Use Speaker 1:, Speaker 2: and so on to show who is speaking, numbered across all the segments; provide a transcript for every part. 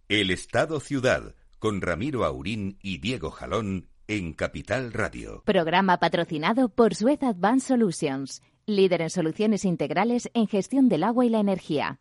Speaker 1: El Estado Ciudad, con Ramiro Aurín y Diego Jalón en Capital Radio.
Speaker 2: Programa patrocinado por Suez Advanced Solutions, líder en soluciones integrales en gestión del agua y la energía.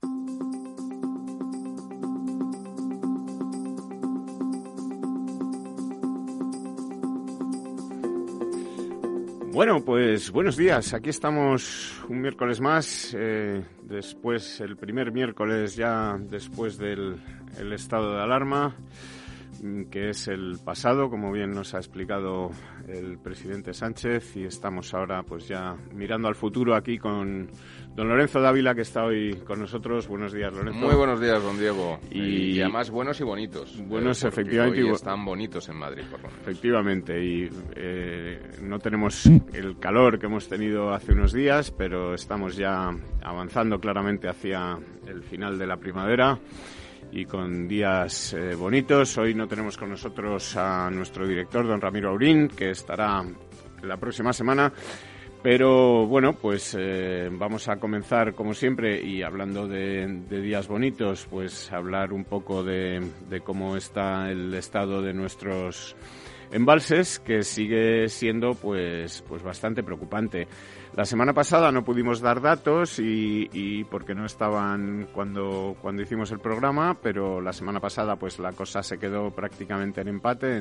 Speaker 3: Bueno, pues buenos días. Aquí estamos un miércoles más, después, el primer miércoles ya después del estado de alarma, que es el pasado, como bien nos ha explicado el presidente Sánchez, y estamos ahora pues ya mirando al futuro aquí con don Lorenzo Dávila, que está hoy con nosotros. Buenos días, Lorenzo.
Speaker 4: Muy buenos días, don Diego.
Speaker 3: Y
Speaker 4: además buenos y bonitos.
Speaker 3: Buenos, efectivamente.
Speaker 4: Hoy están bonitos en Madrid, por lo menos.
Speaker 3: Efectivamente, y no tenemos el calor que hemos tenido hace unos días, pero estamos ya avanzando claramente hacia el final de la primavera y con días bonitos. Hoy no tenemos con nosotros a nuestro director, don Ramiro Aurín, que estará la próxima semana. Pero bueno, pues vamos a comenzar como siempre, y hablando de días bonitos, pues hablar un poco de cómo está el estado de nuestros embalses, que sigue siendo pues bastante preocupante. La semana pasada no pudimos dar datos y porque no estaban cuando hicimos el programa, pero la semana pasada pues la cosa se quedó prácticamente en empate,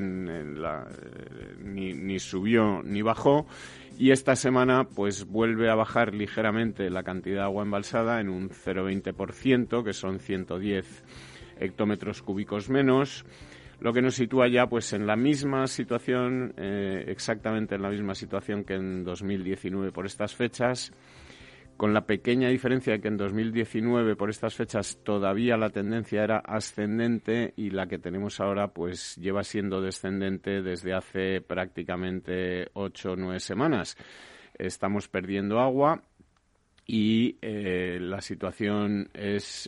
Speaker 3: ni subió ni bajó. Y esta semana pues vuelve a bajar ligeramente la cantidad de agua embalsada en un 0,20%, que son 110 hectómetros cúbicos menos, lo que nos sitúa ya pues en la misma situación, exactamente en la misma situación que en 2019 por estas fechas, con la pequeña diferencia de que en 2019 por estas fechas todavía la tendencia era ascendente, y la que tenemos ahora pues lleva siendo descendente desde hace prácticamente 8 o 9 semanas. Estamos perdiendo agua y la situación es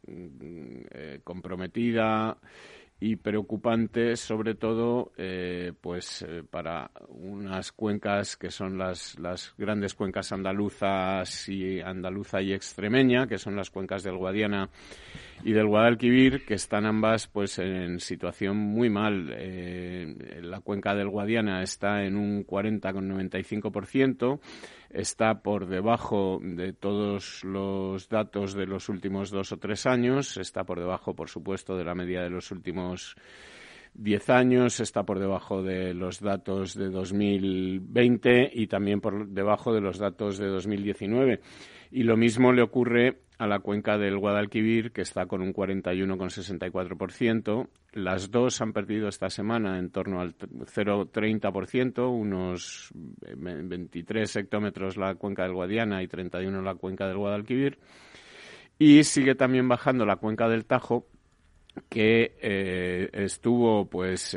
Speaker 3: comprometida y preocupante, sobre todo para unas cuencas que son las grandes cuencas andaluza y extremeña, que son las cuencas del Guadiana y del Guadalquivir, que están ambas pues en situación muy mal. La cuenca del Guadiana está en un 40,95%, está por debajo de todos los datos de los últimos 2 o 3 años, está por debajo, por supuesto, de la media de los últimos 10 años, está por debajo de los datos de 2020 y también por debajo de los datos de 2019. Y lo mismo le ocurre a la cuenca del Guadalquivir, que está con un 41,64%. Las dos han perdido esta semana en torno al 0,30%, unos 23 hectómetros la cuenca del Guadiana y 31 la cuenca del Guadalquivir. Y sigue también bajando la cuenca del Tajo, que estuvo pues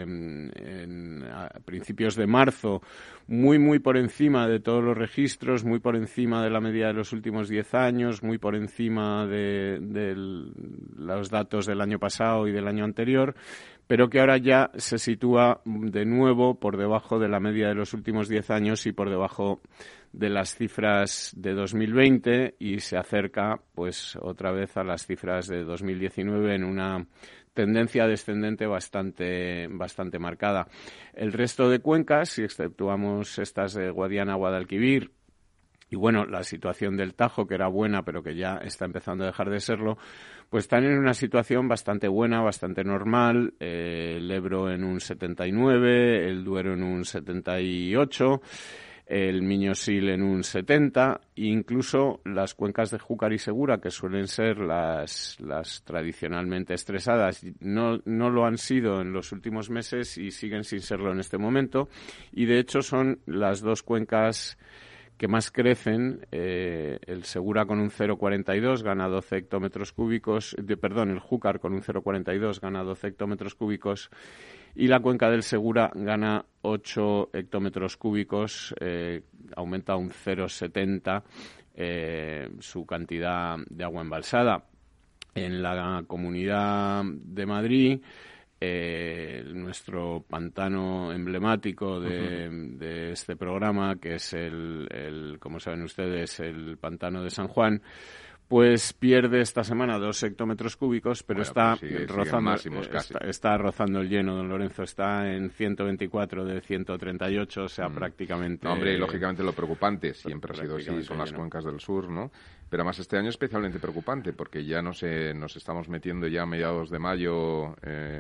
Speaker 3: a principios de marzo muy por encima de todos los registros, muy por encima de la media de los últimos 10 años, muy por encima de los datos del año pasado y del año anterior, pero que ahora ya se sitúa de nuevo por debajo de la media de los últimos 10 años y por debajo de las cifras de 2020, y se acerca pues otra vez a las cifras de 2019 en una tendencia descendente bastante marcada. El resto de cuencas, si exceptuamos estas de Guadiana, Guadalquivir, y bueno, la situación del Tajo, que era buena pero que ya está empezando a dejar de serlo, pues están en una situación bastante buena, bastante normal. El Ebro en un 79, el Duero en un 78, el Miño-Sil en un 70, e incluso las cuencas de Júcar y Segura, que suelen ser las tradicionalmente estresadas, no lo han sido en los últimos meses y siguen sin serlo en este momento, y de hecho son las dos cuencas que más crecen. El Segura con un 0,42 gana 12 hectómetros cúbicos, el Júcar con un 0,42 gana 12 hectómetros cúbicos, y la cuenca del Segura gana 8 hectómetros cúbicos, aumenta un 0,70 su cantidad de agua embalsada. En la Comunidad de Madrid, nuestro pantano emblemático de este programa, que es como saben ustedes, el pantano de San Juan, pues pierde esta semana 2 hectómetros cúbicos, pero está
Speaker 4: está
Speaker 3: rozando el lleno, don Lorenzo. Está en 124 de 138, o sea, prácticamente...
Speaker 4: No, hombre, y lógicamente lo preocupante siempre ha sido así, son las
Speaker 3: lleno.
Speaker 4: cuencas del sur, ¿no? Pero además este año es especialmente preocupante porque ya nos estamos metiendo ya a mediados de mayo,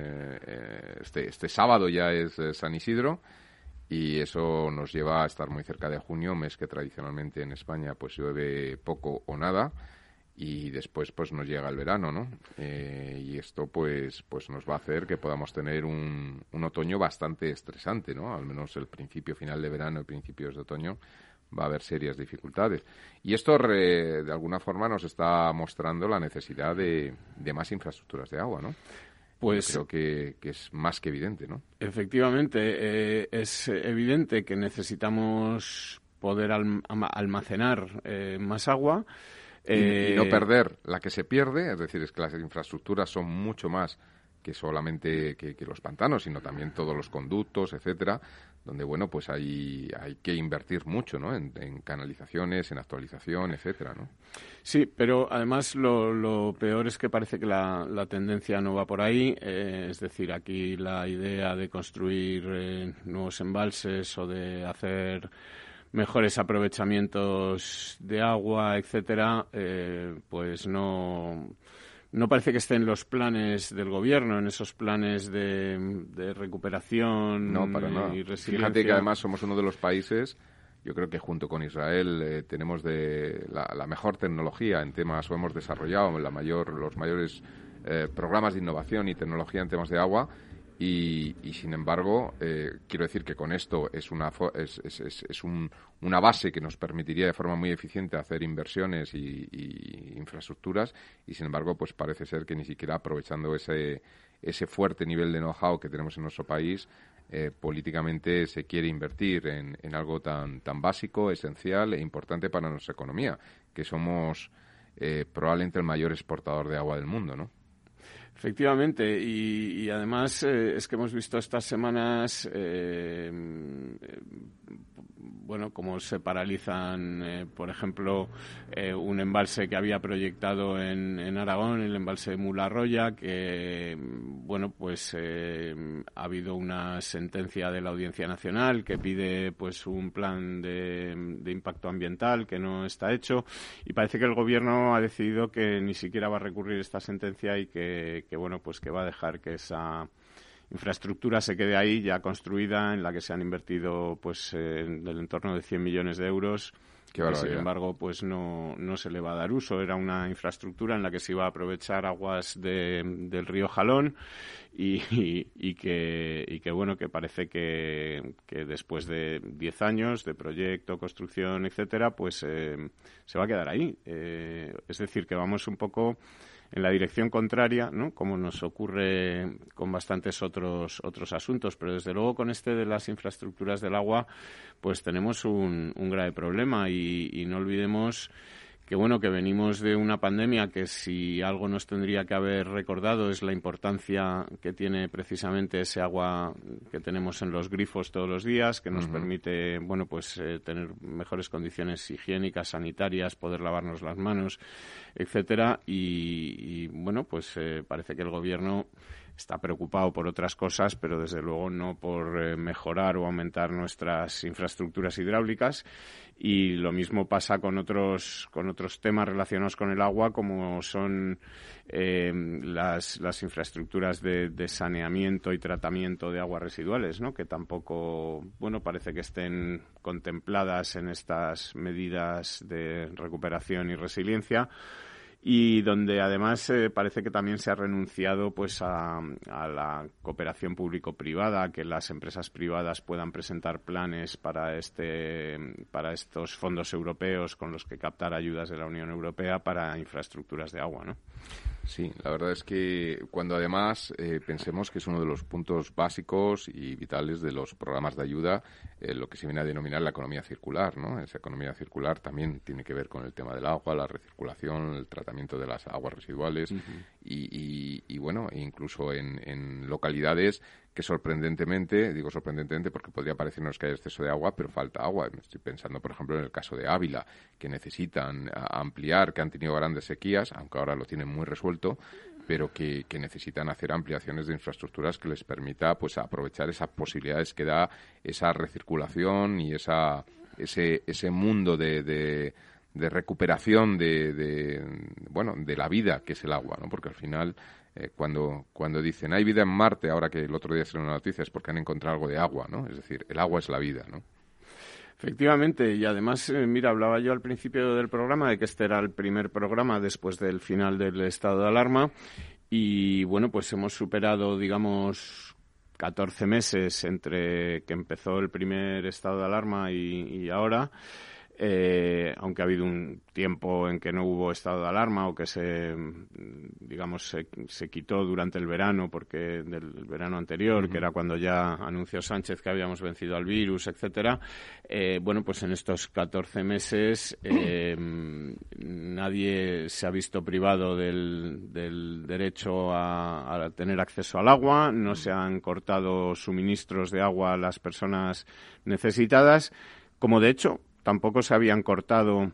Speaker 4: este sábado ya es San Isidro, y eso nos lleva a estar muy cerca de junio, mes que tradicionalmente en España pues llueve poco o nada, y después pues nos llega el verano, ¿no? Y esto pues nos va a hacer que podamos tener un otoño bastante estresante, ¿no? Al menos el principio, final de verano y principios de otoño va a haber serias dificultades. Y esto de alguna forma nos está mostrando la necesidad de más infraestructuras de agua, ¿no? Pues yo creo que es más que evidente, ¿no?
Speaker 3: Efectivamente, es evidente que necesitamos poder almacenar más agua.
Speaker 4: Y no perder la que se pierde, es decir, es que las infraestructuras son mucho más que solamente que los pantanos, sino también todos los conductos, etcétera, donde, bueno, pues hay que invertir mucho, ¿no? En canalizaciones, en actualización, etcétera, ¿no?
Speaker 3: Sí, pero además lo peor es que parece que la tendencia no va por ahí. Es decir, aquí la idea de construir nuevos embalses o de hacer mejores aprovechamientos de agua, etcétera, pues no parece que esté en los planes del gobierno, en esos planes de recuperación
Speaker 4: no, para nada.
Speaker 3: Y resiliencia.
Speaker 4: Fíjate que además somos uno de los países, yo creo que junto con Israel tenemos la mejor tecnología en temas, o hemos desarrollado los mayores programas de innovación y tecnología en temas de agua. Y sin embargo, quiero decir que con esto es una base que nos permitiría de forma muy eficiente hacer inversiones y infraestructuras, y sin embargo, pues parece ser que ni siquiera aprovechando ese fuerte nivel de know-how que tenemos en nuestro país, políticamente se quiere invertir en algo tan básico, esencial e importante para nuestra economía, que somos probablemente el mayor exportador de agua del mundo, ¿no?
Speaker 3: Efectivamente, y además es que hemos visto estas semanas, bueno, cómo se paralizan, por ejemplo, un embalse que había proyectado en Aragón, el embalse de Mularroya, que, bueno, pues ha habido una sentencia de la Audiencia Nacional que pide, pues, un plan de impacto ambiental que no está hecho, y parece que el Gobierno ha decidido que ni siquiera va a recurrir esta sentencia y que bueno, pues que va a dejar que esa infraestructura se quede ahí ya construida, en la que se han invertido pues en el entorno de 100 millones de euros, que sin embargo pues no se le va a dar uso. Era una infraestructura en la que se iba a aprovechar aguas del río Jalón y que bueno, que parece que después de 10 años de proyecto, construcción, etcétera, pues se va a quedar ahí. Es decir, que vamos un poco en la dirección contraria, ¿no? Como nos ocurre con bastantes otros asuntos, pero desde luego con este de las infraestructuras del agua, pues tenemos un grave problema y no olvidemos que bueno, que venimos de una pandemia que si algo nos tendría que haber recordado es la importancia que tiene precisamente ese agua que tenemos en los grifos todos los días, que nos permite, bueno, pues tener mejores condiciones higiénicas, sanitarias, poder lavarnos las manos, etcétera, y bueno, pues parece que el Gobierno está preocupado por otras cosas, pero desde luego no por mejorar o aumentar nuestras infraestructuras hidráulicas. Y lo mismo pasa con otros temas relacionados con el agua, como son las infraestructuras de saneamiento y tratamiento de aguas residuales, ¿no? Que tampoco, bueno, parece que estén contempladas en estas medidas de recuperación y resiliencia. Y donde además parece que también se ha renunciado pues a la cooperación público-privada, que las empresas privadas puedan presentar planes para estos fondos europeos con los que captar ayudas de la Unión Europea para infraestructuras de agua, ¿no?
Speaker 4: Sí, la verdad es que cuando además pensemos que es uno de los puntos básicos y vitales de los programas de ayuda, lo que se viene a denominar la economía circular, ¿no? Esa economía circular también tiene que ver con el tema del agua, la recirculación, el tratamiento de las aguas residuales y bueno, incluso en localidades que sorprendentemente, digo sorprendentemente porque podría parecernos que hay exceso de agua, pero falta agua. Estoy pensando, por ejemplo, en el caso de Ávila, que necesitan ampliar, que han tenido grandes sequías, aunque ahora lo tienen muy resuelto, pero que necesitan hacer ampliaciones de infraestructuras que les permita pues aprovechar esas posibilidades que da esa recirculación y ese mundo de recuperación de la vida que es el agua, ¿no? Porque al final cuando dicen hay vida en Marte, ahora que el otro día salió una noticia, es porque han encontrado algo de agua, ¿no? Es decir, el agua es la vida, ¿no?
Speaker 3: Efectivamente, y además, mira, hablaba yo al principio del programa de que este era el primer programa después del final del estado de alarma y, bueno, pues hemos superado, digamos, 14 meses entre que empezó el primer estado de alarma y ahora, aunque ha habido un tiempo en que no hubo estado de alarma o que se quitó durante el verano, porque del verano anterior, que era cuando ya anunció Sánchez que habíamos vencido al virus, etcétera. Bueno, pues en estos 14 meses nadie se ha visto privado del derecho a tener acceso al agua, no se han cortado suministros de agua a las personas necesitadas, como de hecho tampoco se habían cortado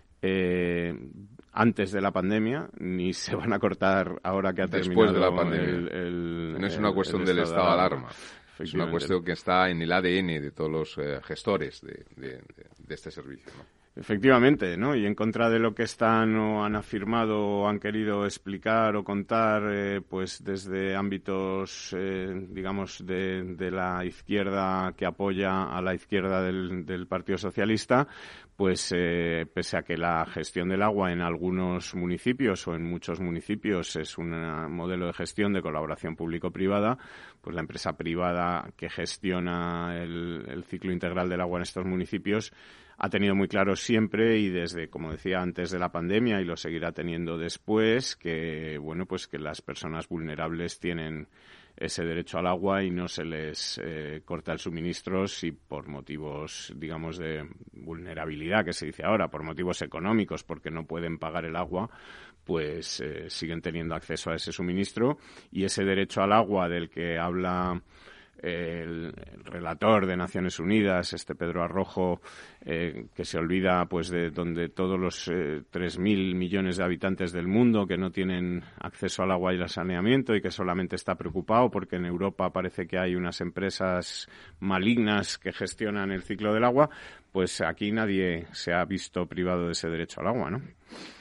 Speaker 3: antes de la pandemia, ni se van a cortar ahora que ha
Speaker 4: después
Speaker 3: terminado
Speaker 4: de la pandemia. No es una cuestión del estado de alarma. Es una cuestión que está en el ADN de todos los gestores de este servicio, ¿no?
Speaker 3: Efectivamente, ¿no? Y en contra de lo que están o han afirmado o han querido explicar o contar, pues desde ámbitos, digamos, de la izquierda que apoya a la izquierda del Partido Socialista, pues pese a que la gestión del agua en algunos municipios o en muchos municipios es un modelo de gestión de colaboración público-privada, pues la empresa privada que gestiona el ciclo integral del agua en estos municipios ha tenido muy claro siempre y desde, como decía, antes de la pandemia y lo seguirá teniendo después, que bueno, pues que las personas vulnerables tienen ese derecho al agua y no se les corta el suministro si por motivos, digamos, de vulnerabilidad, que se dice ahora, por motivos económicos, porque no pueden pagar el agua, pues siguen teniendo acceso a ese suministro y ese derecho al agua del que habla el relator de Naciones Unidas, Pedro Arrojo, que se olvida pues de donde todos los 3.000 millones de habitantes del mundo que no tienen acceso al agua y al saneamiento y que solamente está preocupado porque en Europa parece que hay unas empresas malignas que gestionan el ciclo del agua, pues aquí nadie se ha visto privado de ese derecho al agua, ¿no?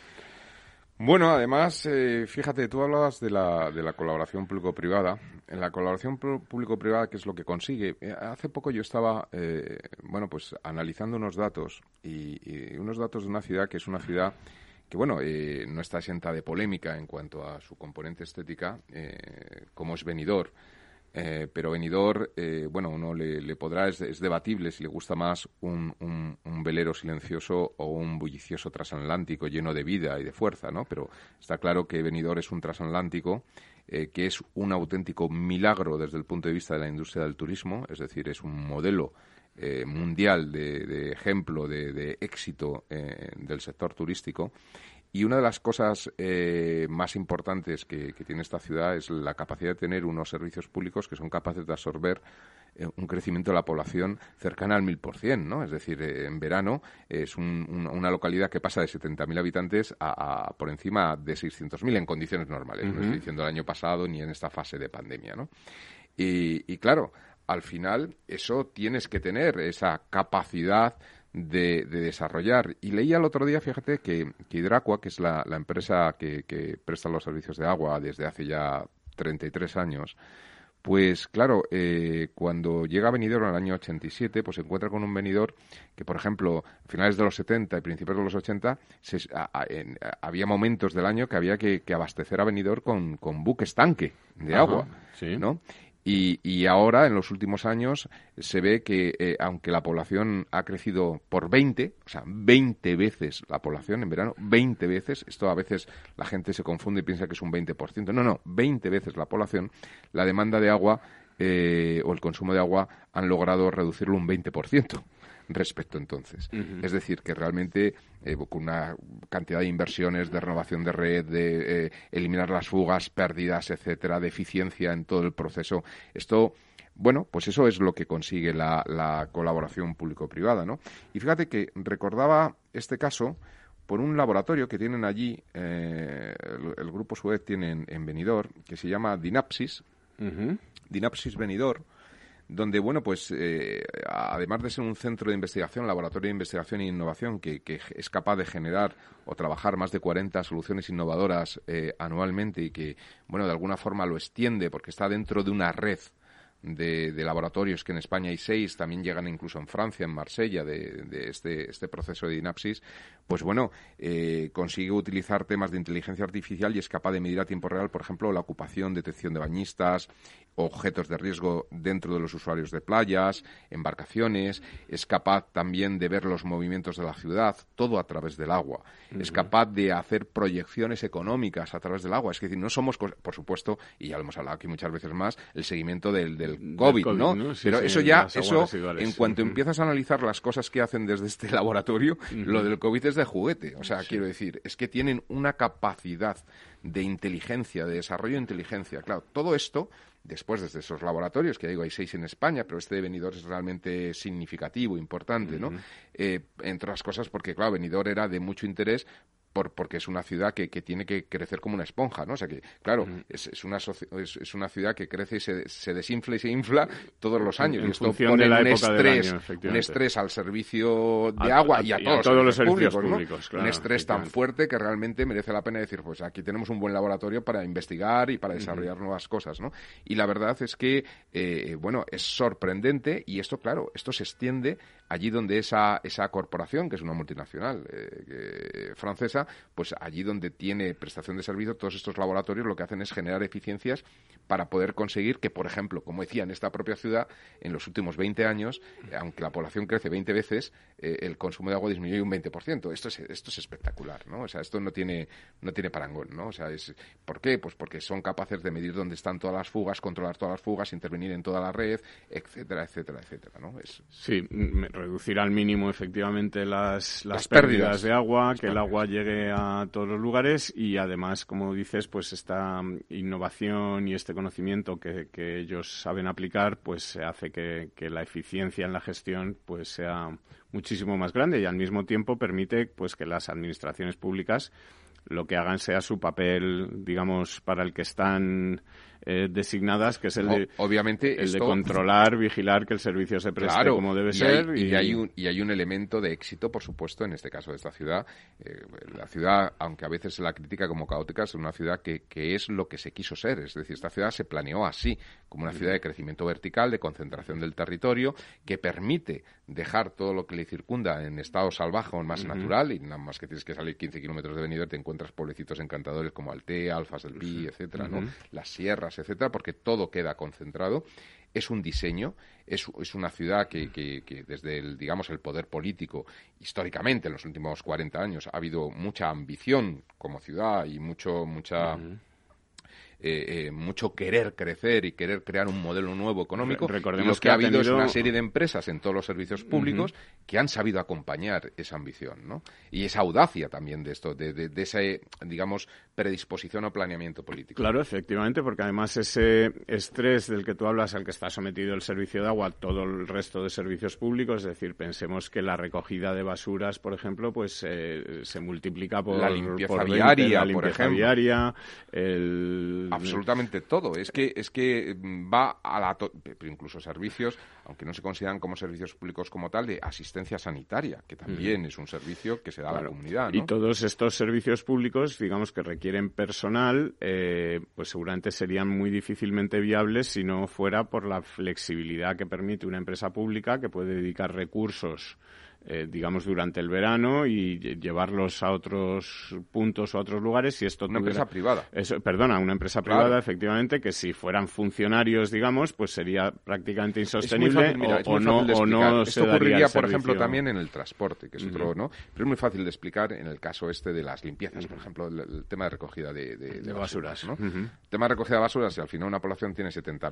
Speaker 4: Bueno, además, fíjate, tú hablabas de la colaboración público-privada. En la colaboración público-privada, ¿qué es lo que consigue? Hace poco yo estaba, bueno, pues analizando unos datos y unos datos de una ciudad que es una ciudad que, bueno, no está exenta de polémica en cuanto a su componente estética, como es Benidorm. Pero Benidorm, bueno, uno le podrá, es debatible si le gusta más un velero silencioso o un bullicioso transatlántico lleno de vida y de fuerza, ¿no? Pero está claro que Benidorm es un transatlántico que es un auténtico milagro desde el punto de vista de la industria del turismo, es decir, es un modelo mundial de ejemplo de éxito del sector turístico. Y una de las cosas más importantes que tiene esta ciudad es la capacidad de tener unos servicios públicos que son capaces de absorber un crecimiento de la población cercana al 1.000%, ¿no? Es decir, en verano es una localidad que pasa de 70.000 habitantes a por encima de 600.000 en condiciones normales. No estoy diciendo el año pasado ni en esta fase de pandemia, ¿no? Y claro, al final eso tienes que tener esa capacidad de desarrollar. Y leía el otro día, fíjate, que Hidracua, que es la empresa que presta los servicios de agua desde hace ya 33 años, pues claro, cuando llega a Benidorm en el año 87, pues se encuentra con un Benidorm que, por ejemplo, a finales de los 70 y principios de los 80, había momentos del año que había que abastecer a Benidorm con buques tanque de agua,
Speaker 3: sí,
Speaker 4: ¿no? Y ahora, en los últimos años, se ve que, aunque la población ha crecido por 20, o sea, 20 veces la población en verano, 20 veces, esto a veces la gente se confunde y piensa que es un 20%, no, 20 veces la población, la demanda de agua o el consumo de agua han logrado reducirlo un 20%. respecto a entonces. Es decir, que realmente con una cantidad de inversiones, de renovación de red, de eliminar las fugas, pérdidas, etcétera, de eficiencia en todo el proceso, esto... Bueno, pues eso es lo que consigue la colaboración público-privada, ¿no? Y fíjate que recordaba este caso por un laboratorio que tienen allí, el grupo Suez tiene en Benidorm, que se llama Dynapsis, Dynapsis Benidorm, donde, bueno, pues además de ser un centro de investigación, laboratorio de investigación e innovación que es capaz de generar o trabajar más de 40 soluciones innovadoras anualmente y que, bueno, de alguna forma lo extiende porque está dentro de una red de laboratorios, que en España hay 6, también llegan incluso en Francia, en Marsella, de este proceso de Dynapsis, pues bueno, consigue utilizar temas de inteligencia artificial y es capaz de medir a tiempo real, por ejemplo, la ocupación, detección de bañistas, objetos de riesgo dentro de los usuarios de playas, embarcaciones, es capaz también de ver los movimientos de la ciudad, todo a través del agua, es capaz de hacer proyecciones económicas a través del agua, es decir, no somos, por supuesto, y ya lo hemos hablado aquí muchas veces más, el seguimiento del COVID, ¿no? Sí, pero sí, eso ya, en cuanto empiezas a analizar las cosas que hacen desde este laboratorio, lo del COVID es de juguete. O sea, quiero decir, es que tienen una capacidad de inteligencia, de desarrollo de inteligencia. Claro, todo esto, después desde esos laboratorios, que digo, hay 6 en España, pero este de Benidorm es realmente significativo, importante, ¿no? Entre otras cosas porque, claro, Benidorm era de mucho interés porque es una ciudad que tiene que crecer como una esponja, ¿no? O sea que, claro, es una ciudad que crece y se desinfla y se infla todos los años. Y esto pone un estrés al servicio de agua y a todos los servicios públicos, ¿no? Claro, un estrés tan fuerte que realmente merece la pena decir, pues aquí tenemos un buen laboratorio para investigar y para desarrollar nuevas cosas, ¿no? Y la verdad es que, bueno, es sorprendente y esto, claro, esto se extiende allí donde esa corporación, que es una multinacional francesa, pues allí donde tiene prestación de servicio, todos estos laboratorios lo que hacen es generar eficiencias para poder conseguir que, por ejemplo, como decía, en esta propia ciudad, en los últimos 20 años, aunque la población crece 20 veces, el consumo de agua disminuye un 20%. Esto es espectacular, ¿no? O sea, esto no tiene parangón, ¿no? O sea, ¿por qué? Pues porque son capaces de medir dónde están todas las fugas, controlar todas las fugas, intervenir en toda la red, etcétera, etcétera, etcétera, ¿no?
Speaker 3: Sí, reducir al mínimo efectivamente las pérdidas de agua, que el agua llegue a todos los lugares y además, como dices, pues esta innovación y este conocimiento que ellos saben aplicar, pues hace que la eficiencia en la gestión pues sea muchísimo más grande y al mismo tiempo permite pues que las administraciones públicas lo que hagan sea su papel, digamos, para el que están designadas, que es el de controlar, vigilar que el servicio se preste como debe ser.
Speaker 4: Y hay un elemento de éxito, por supuesto, en este caso de esta ciudad. La ciudad, aunque a veces se la critica como caótica, es una ciudad que es lo que se quiso ser. Es decir, esta ciudad se planeó así, como una ciudad de crecimiento vertical, de concentración del territorio, que permite dejar todo lo que le circunda en estado salvaje o en más natural, y nada más que tienes que salir 15 kilómetros de Benidorm, te encuentras pueblecitos encantadores como Altea, Alfas del Pi, etcétera, ¿no? Las sierras, etcétera, porque todo queda concentrado. Es un diseño, es una ciudad que desde el poder político, históricamente en los últimos 40 años, ha habido mucha ambición como ciudad y mucho querer crecer y querer crear un modelo nuevo económico.
Speaker 3: Recordemos
Speaker 4: y lo que ha habido es una serie de empresas en todos los servicios públicos que han sabido acompañar esa ambición, ¿no? Y esa audacia también de esto, de ese, digamos, predisposición o planeamiento político.
Speaker 3: Claro, efectivamente, porque además ese estrés del que tú hablas, al que está sometido el servicio de agua, todo el resto de servicios públicos, es decir, pensemos que la recogida de basuras, por ejemplo, pues se multiplica por
Speaker 4: la limpieza
Speaker 3: por 20,
Speaker 4: viaria,
Speaker 3: la limpieza viaria,
Speaker 4: absolutamente todo. Es que va a incluso servicios, aunque no se consideran como servicios públicos como tal, de asistencia sanitaria, que también es un servicio que se da a la comunidad, ¿no?
Speaker 3: Y todos estos servicios públicos, digamos, que requieren personal, pues seguramente serían muy difícilmente viables si no fuera por la flexibilidad que permite una empresa pública que puede dedicar recursos digamos, durante el verano y llevarlos a otros puntos o a otros lugares. Y esto
Speaker 4: una empresa privada.
Speaker 3: Una empresa privada, efectivamente, que si fueran funcionarios, digamos, pues sería prácticamente insostenible o no se
Speaker 4: Esto ocurriría,
Speaker 3: daría
Speaker 4: por ejemplo, también en el transporte, que es otro, ¿no? Pero es muy fácil de explicar en el caso de las limpiezas, por ejemplo, el tema de recogida de basuras, ¿no? El tema de recogida de basuras, si al final una población tiene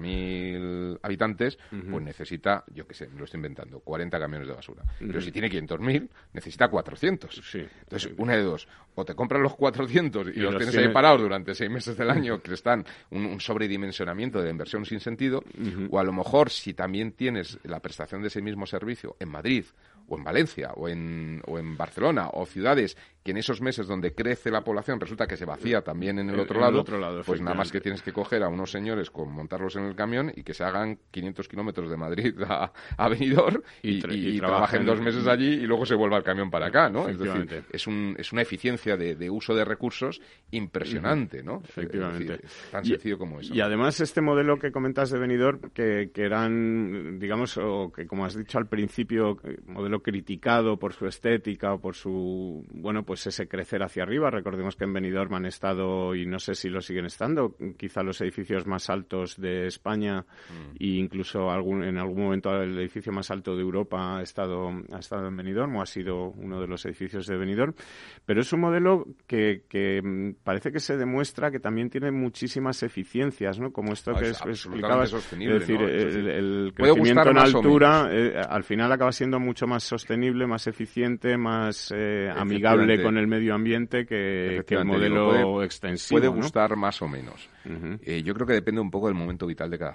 Speaker 4: 70.000 habitantes, pues necesita, yo qué sé, me lo estoy inventando, 40 camiones de basura. Pero si tiene 500.000, necesita 400.
Speaker 3: Sí.
Speaker 4: Entonces, una de dos, o te compras los 400 y los tienes ahí parados durante 6 meses del año, que están un sobredimensionamiento de la inversión sin sentido, o a lo mejor, si también tienes la prestación de ese mismo servicio en Madrid, o en Valencia, o en Barcelona, o ciudades que en esos meses donde crece la población resulta que se vacía también en el otro lado, pues nada más que tienes que coger a unos señores, montarlos en el camión y que se hagan 500 kilómetros de Madrid a Benidorm y trabajen 2 meses allí y luego se vuelva el camión para acá, ¿no? Es decir, es una eficiencia de uso de recursos impresionante, ¿no?
Speaker 3: Efectivamente.
Speaker 4: Es decir, tan sencillo como eso.
Speaker 3: Y además este modelo que comentas de Benidorm, que eran, digamos, o que como has dicho al principio, modelo criticado por su estética o por su, bueno, pues ese crecer hacia arriba. Recordemos que en Benidorm han estado, y no sé si lo siguen estando, quizá los edificios más altos de España e incluso en algún momento el edificio más alto de Europa ha estado en Benidorm o ha sido uno de los edificios de Benidorm. Pero es un modelo que parece que se demuestra que también tiene muchísimas eficiencias, ¿no? Como esto que explicabas,
Speaker 4: sostenible,
Speaker 3: es decir,
Speaker 4: ¿no?
Speaker 3: el crecimiento en altura al final acaba siendo mucho más sostenible, más eficiente, más amigable con el medio ambiente que el modelo extensivo.
Speaker 4: Puede gustar más o menos. Yo creo que depende un poco del momento vital de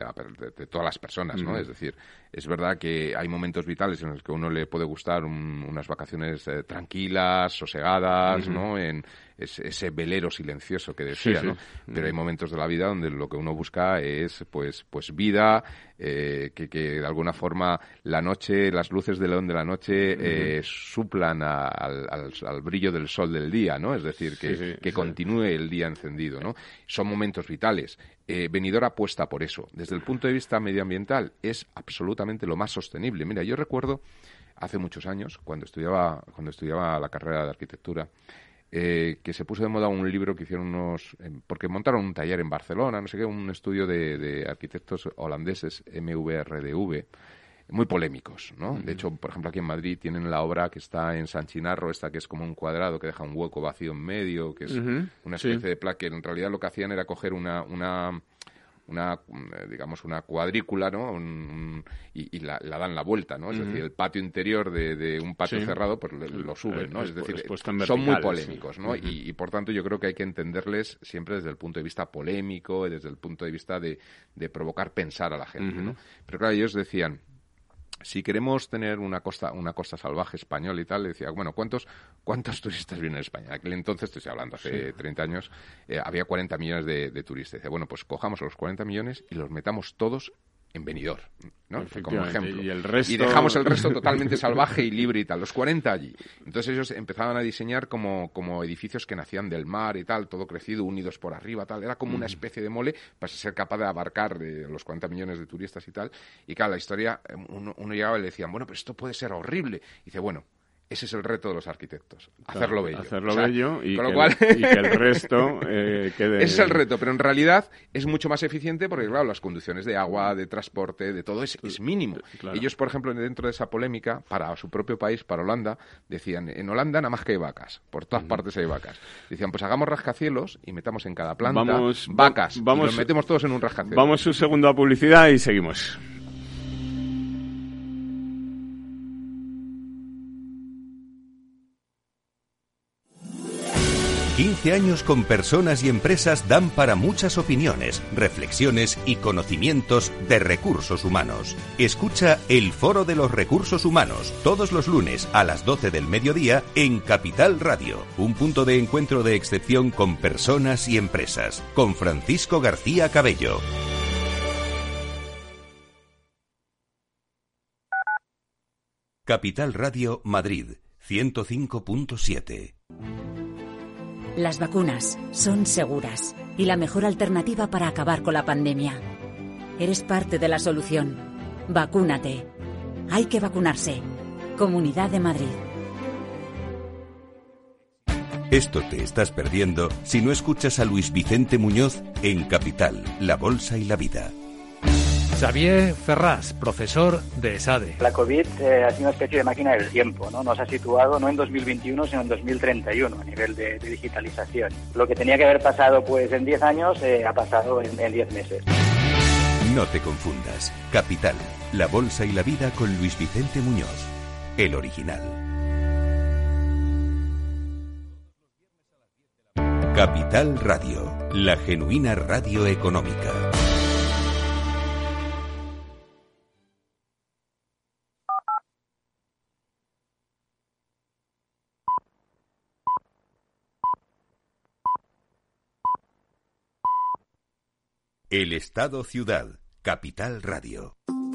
Speaker 4: todas las personas, ¿no? Es decir, es verdad que hay momentos vitales en los que a uno le puede gustar unas vacaciones tranquilas, sosegadas, ¿no? En ese velero silencioso que decía, ¿no? Pero hay momentos de la vida donde lo que uno busca es pues vida, que de alguna forma la noche, las luces de león de la noche suplan al brillo del sol del día, ¿no? Es decir, que continúe el día encendido, ¿no? Son momentos vitales. Benidorm apuesta por eso. Desde el punto de vista medioambiental es absolutamente lo más sostenible. Mira, yo recuerdo hace muchos años, cuando estudiaba la carrera de arquitectura, que se puso de moda un libro que hicieron porque montaron un taller en Barcelona, no sé qué, un estudio de arquitectos holandeses, MVRDV, muy polémicos, ¿no? De hecho, por ejemplo, aquí en Madrid tienen la obra que está en San Chinarro, esta que es como un cuadrado que deja un hueco vacío en medio, que es una especie de placa, que en realidad lo que hacían era coger una cuadrícula, ¿no? Y la dan la vuelta, ¿no? Es decir, el patio interior de un patio cerrado, pues lo suben, ¿no? Es decir, son muy polémicos, ¿no? Y por tanto yo creo que hay que entenderles siempre desde el punto de vista polémico y desde el punto de vista de provocar pensar a la gente, ¿no? Pero claro, ellos decían, si queremos tener una costa salvaje española y tal, le decía, bueno, ¿cuántos turistas vienen a España? En aquel entonces, estoy hablando hace 30 años, había 40 millones de turistas. Decía, bueno, pues cojamos a los 40 millones y los metamos todos en Benidorm, ¿no? Como ejemplo. Y dejamos el resto totalmente salvaje y libre y tal, los 40 allí. Entonces ellos empezaban a diseñar como edificios que nacían del mar y tal, todo crecido, unidos por arriba, tal. Era como una especie de mole para ser capaz de abarcar los 40 millones de turistas y tal. Y claro, la historia, uno llegaba y le decían, bueno, pero esto puede ser horrible. Y dice, bueno, ese es el reto de los arquitectos, hacerlo bello.
Speaker 3: Hacerlo bello y que el resto quede...
Speaker 4: Ese es el reto, pero en realidad es mucho más eficiente porque, claro, las condiciones de agua, de transporte, de todo es mínimo. Claro. Ellos, por ejemplo, dentro de esa polémica, para su propio país, para Holanda, decían, en Holanda nada más que hay vacas, por todas partes hay vacas. Decían, pues hagamos rascacielos y metamos en cada planta vacas y los metemos todos en un rascacielos.
Speaker 3: Vamos un segundo a publicidad y seguimos.
Speaker 1: 15 años con personas y empresas dan para muchas opiniones, reflexiones y conocimientos de recursos humanos. Escucha el Foro de los Recursos Humanos todos los lunes a las 12 del mediodía en Capital Radio, un punto de encuentro de excepción con personas y empresas, con Francisco García Cabello. Capital Radio Madrid, 105.7.
Speaker 5: Las vacunas son seguras y la mejor alternativa para acabar con la pandemia. Eres parte de la solución. Vacúnate. Hay que vacunarse. Comunidad de Madrid.
Speaker 1: Esto te estás perdiendo si no escuchas a Luis Vicente Muñoz en Capital, La Bolsa y la Vida.
Speaker 6: Xavier Ferrás, profesor de ESADE.
Speaker 7: La COVID ha sido una especie de máquina del tiempo, ¿no? Nos ha situado no en 2021, sino en 2031 a nivel de digitalización. Lo que tenía que haber pasado pues en 10 años ha pasado en 10 meses.
Speaker 1: No te confundas. Capital, La Bolsa y la Vida con Luis Vicente Muñoz, el original. Capital Radio, la genuina radio económica. El Estado Ciudad, Capital Radio.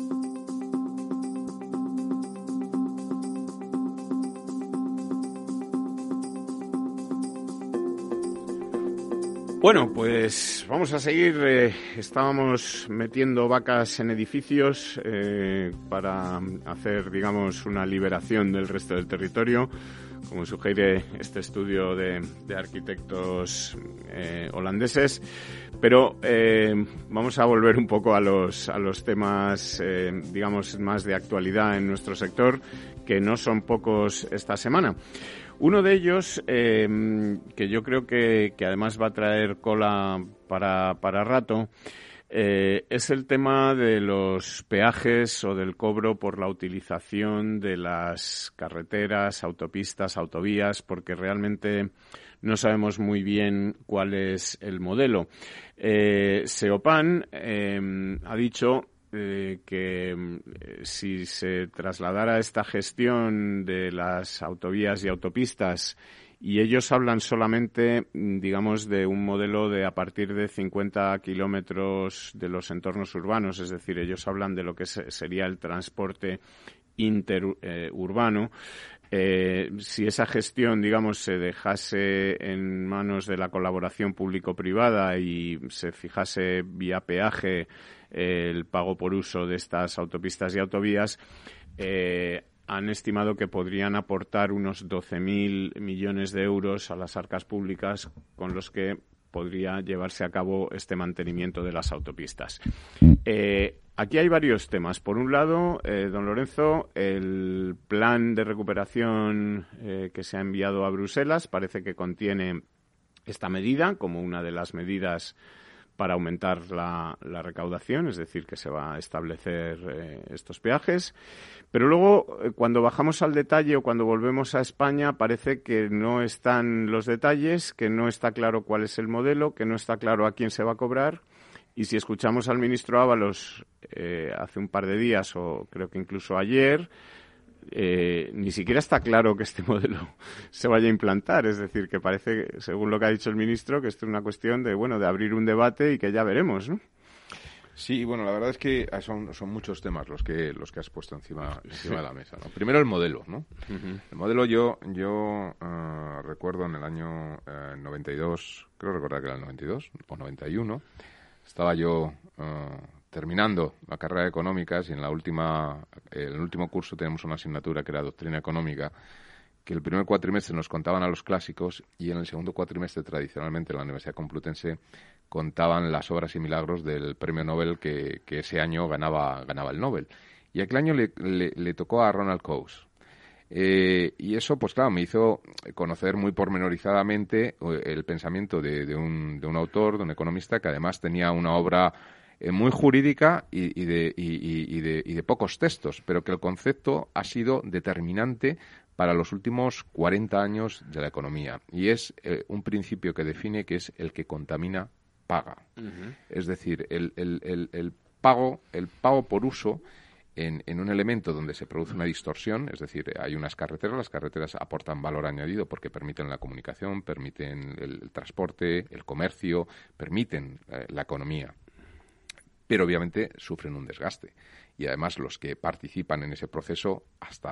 Speaker 3: Bueno, pues vamos a seguir. Estábamos metiendo vacas en edificios para hacer, digamos, una liberación del resto del territorio, como sugiere este estudio de arquitectos holandeses. Pero vamos a volver un poco a los temas, digamos, más de actualidad en nuestro sector, que no son pocos esta semana. Uno de ellos, que yo creo que además va a traer cola para rato, es el tema de los peajes o del cobro por la utilización de las carreteras, autopistas, autovías, porque realmente no sabemos muy bien cuál es el modelo. Seopan ha dicho que si se trasladara esta gestión de las autovías y autopistas, y ellos hablan solamente, digamos, de un modelo de a partir de 50 kilómetros de los entornos urbanos, es decir, ellos hablan de lo que sería el transporte interurbano. Si esa gestión, digamos, se dejase en manos de la colaboración público-privada y se fijase vía peaje el pago por uso de estas autopistas y autovías, han estimado que podrían aportar unos 12.000 millones de euros a las arcas públicas, con los que podría llevarse a cabo este mantenimiento de las autopistas. Aquí hay varios temas. Por un lado, don Lorenzo, el plan de recuperación que se ha enviado a Bruselas parece que contiene esta medida como una de las medidas para aumentar la recaudación, es decir, que se va a establecer estos peajes. Pero luego, cuando bajamos al detalle o cuando volvemos a España, parece que no están los detalles, que no está claro cuál es el modelo, que no está claro a quién se va a cobrar. Y si escuchamos al ministro Ábalos hace un par de días, o creo que incluso ayer, ni siquiera está claro que este modelo se vaya a implantar. Es decir, que parece, según lo que ha dicho el ministro, que esto es una cuestión de abrir un debate y que ya veremos, ¿no?
Speaker 4: Sí, bueno, la verdad es que son muchos temas los que has puesto encima de la mesa, ¿no? Primero el modelo, ¿no? Uh-huh. El modelo yo recuerdo en el año 92, creo recordar que era el 92 o 91, estaba yo terminando la carrera de económicas y en el último curso tenemos una asignatura que era doctrina económica, que el primer cuatrimestre nos contaban a los clásicos y en el segundo cuatrimestre tradicionalmente en la Universidad Complutense contaban las obras y milagros del premio Nobel que ese año ganaba el Nobel. Y aquel año le tocó a Ronald Coase. Y eso, pues claro, me hizo conocer muy pormenorizadamente el pensamiento de un autor, de un economista, que además tenía una obra muy jurídica y de pocos textos, pero que el concepto ha sido determinante para los últimos 40 años de la economía. Y es un principio que define que es el que contamina paga. Uh-huh. Es decir, el pago por uso en un elemento donde se produce una distorsión, es decir, hay unas carreteras, las carreteras aportan valor añadido porque permiten la comunicación, permiten el transporte, el comercio, permiten la economía, pero obviamente sufren un desgaste. Y además los que participan en ese proceso,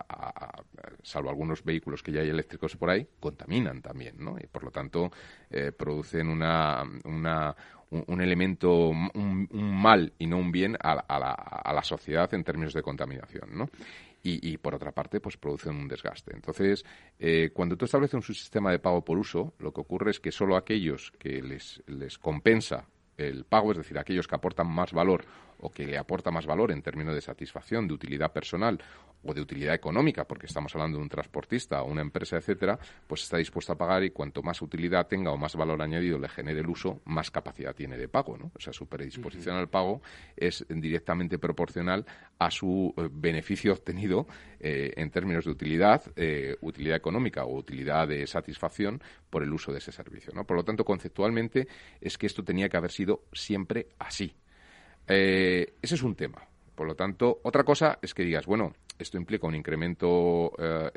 Speaker 4: salvo algunos vehículos que ya hay eléctricos por ahí, contaminan también, ¿no? Y por lo tanto producen una un elemento, un mal y no un bien a la sociedad en términos de contaminación, ¿no? Y por otra parte, pues producen un desgaste. Entonces, cuando tú estableces un sistema de pago por uso, lo que ocurre es que solo aquellos que les compensa el pago, es decir, aquellos que aportan más valor o que le aporta más valor en términos de satisfacción, de utilidad personal o de utilidad económica, porque estamos hablando de un transportista o una empresa, etcétera, pues está dispuesto a pagar, y cuanto más utilidad tenga o más valor añadido le genere el uso, más capacidad tiene de pago, ¿no? O sea, su predisposición al pago es directamente proporcional a su beneficio obtenido en términos de utilidad, utilidad económica o utilidad de satisfacción por el uso de ese servicio, ¿no? Por lo tanto, conceptualmente es que esto tenía que haber sido siempre así. Ese es un tema. Por lo tanto, otra cosa es que digas, bueno, esto implica un incremento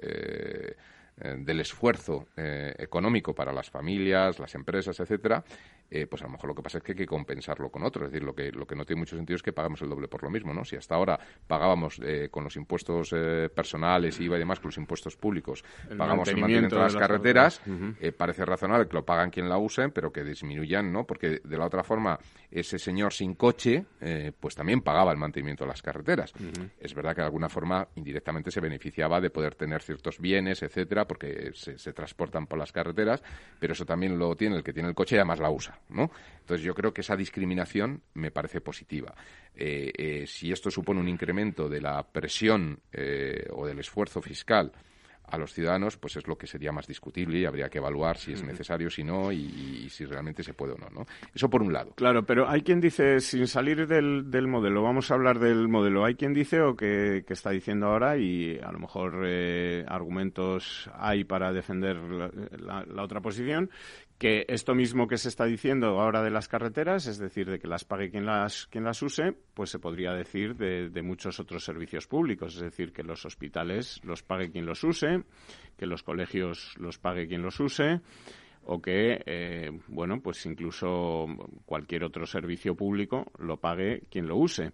Speaker 4: del esfuerzo económico para las familias, las empresas, etcétera, pues a lo mejor lo que pasa es que hay que compensarlo con otro. Es decir, lo que no tiene mucho sentido es que pagamos el doble por lo mismo, ¿no? Si hasta ahora pagábamos con los impuestos personales, IVA y demás, con los impuestos públicos, pagamos el mantenimiento de las carreteras, parece razonable que lo pagan quien la use, pero que disminuyan, ¿no? Porque de la otra forma, ese señor sin coche, pues también pagaba el mantenimiento de las carreteras. Es verdad que de alguna forma indirectamente se beneficiaba de poder tener ciertos bienes, etcétera, porque se transportan por las carreteras, pero eso también lo tiene el que tiene el coche y además la usa, ¿no? Entonces yo creo que esa discriminación me parece positiva. Si esto supone un incremento de la presión o del esfuerzo fiscal a los ciudadanos, pues es lo que sería más discutible y habría que evaluar si es necesario, si no, y si realmente se puede o no, ¿no? Eso por un lado.
Speaker 3: Claro, pero hay quien dice, sin salir del modelo, vamos a hablar del modelo, hay quien dice o que está diciendo ahora, y a lo mejor argumentos hay para defender la otra posición, que esto mismo que se está diciendo ahora de las carreteras, es decir, de que las pague quien las use, pues se podría decir de muchos otros servicios públicos, es decir, que los hospitales los pague quien los use, que los colegios los pague quien los use, o que, bueno, pues incluso cualquier otro servicio público lo pague quien lo use.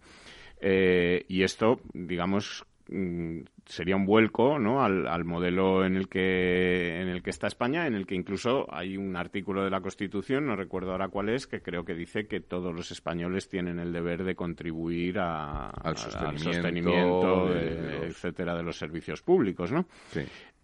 Speaker 3: Y esto, digamos, sería un vuelco, ¿no?, al modelo en el que está España, en el que incluso hay un artículo de la Constitución, no recuerdo ahora cuál es, que creo que dice que todos los españoles tienen el deber de contribuir al sostenimiento etcétera, de los servicios públicos, ¿no?
Speaker 4: Sí.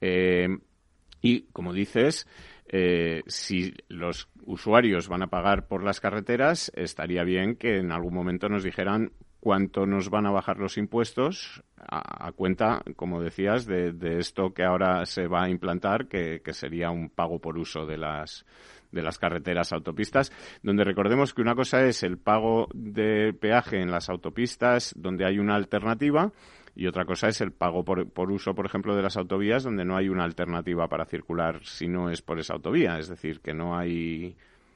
Speaker 3: Y, como dices, si los usuarios van a pagar por las carreteras, estaría bien que en algún momento nos dijeran cuánto nos van a bajar los impuestos a cuenta, como decías, de esto que ahora se va a implantar, que sería un pago por uso de las carreteras, autopistas, donde recordemos que una cosa es el pago de peaje en las autopistas, donde hay una alternativa, y otra cosa es el pago por uso, por ejemplo, de las autovías, donde no hay una alternativa para circular si no es por esa autovía. Es decir, que no hay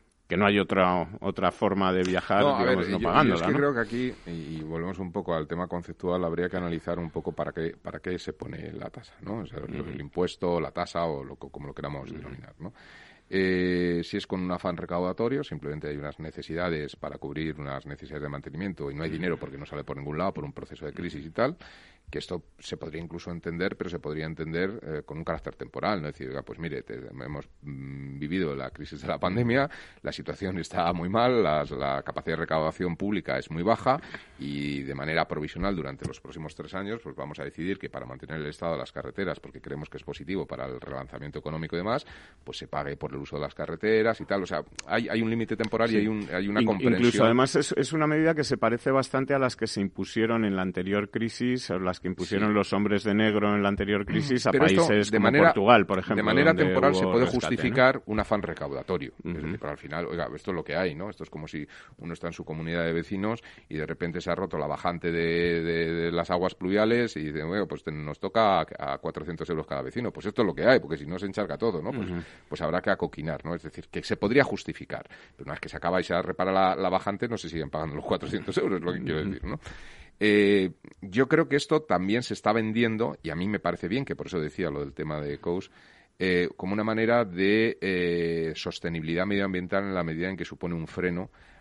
Speaker 3: otra forma de viajar, no pagándola,
Speaker 4: yo es que
Speaker 3: ¿no?
Speaker 4: creo que aquí, y volvemos un poco al tema conceptual, habría que analizar un poco para qué se pone la tasa, ¿no? O sea, el impuesto, la tasa o como lo queramos denominar, ¿no? Si es con un afán recaudatorio, simplemente hay unas necesidades para cubrir unas necesidades de mantenimiento y no hay dinero porque no sale por ningún lado por un proceso de crisis y tal, que esto se podría incluso entender, pero se podría entender con un carácter temporal, ¿no? Es decir, oiga, pues mire, hemos vivido la crisis de la pandemia, la situación está muy mal, la capacidad de recaudación pública es muy baja y de manera provisional durante los próximos 3 años pues vamos a decidir que para mantener el estado de las carreteras, porque creemos que es positivo para el relanzamiento económico y demás, pues se pague por el uso de las carreteras y tal. O sea, hay un límite temporal, sí, y hay una comprensión.
Speaker 3: Incluso, además, es una medida que se parece bastante a las que se impusieron en la anterior crisis, o las que impusieron los hombres de negro en la anterior crisis a países como Portugal, por ejemplo.
Speaker 4: De manera temporal se puede
Speaker 3: rescate,
Speaker 4: justificar, ¿no?, un afán recaudatorio. Es decir, pero al final, oiga, esto es lo que hay, ¿no? Esto es como si uno está en su comunidad de vecinos y de repente se ha roto la bajante de las aguas pluviales y dice, bueno, pues nos toca a 400 euros cada vecino. Pues esto es lo que hay, porque si no se encharca todo, ¿no? Pues habrá que acoquinar, ¿no? Es decir, que se podría justificar. Pero una vez que se acaba y se repara la bajante, no se siguen pagando los 400 euros, es lo que quiero decir, ¿no? Yo creo que esto también se está vendiendo, y a mí me parece bien, que por eso decía lo del tema de COUS, como una manera de sostenibilidad medioambiental en la medida en que supone un freno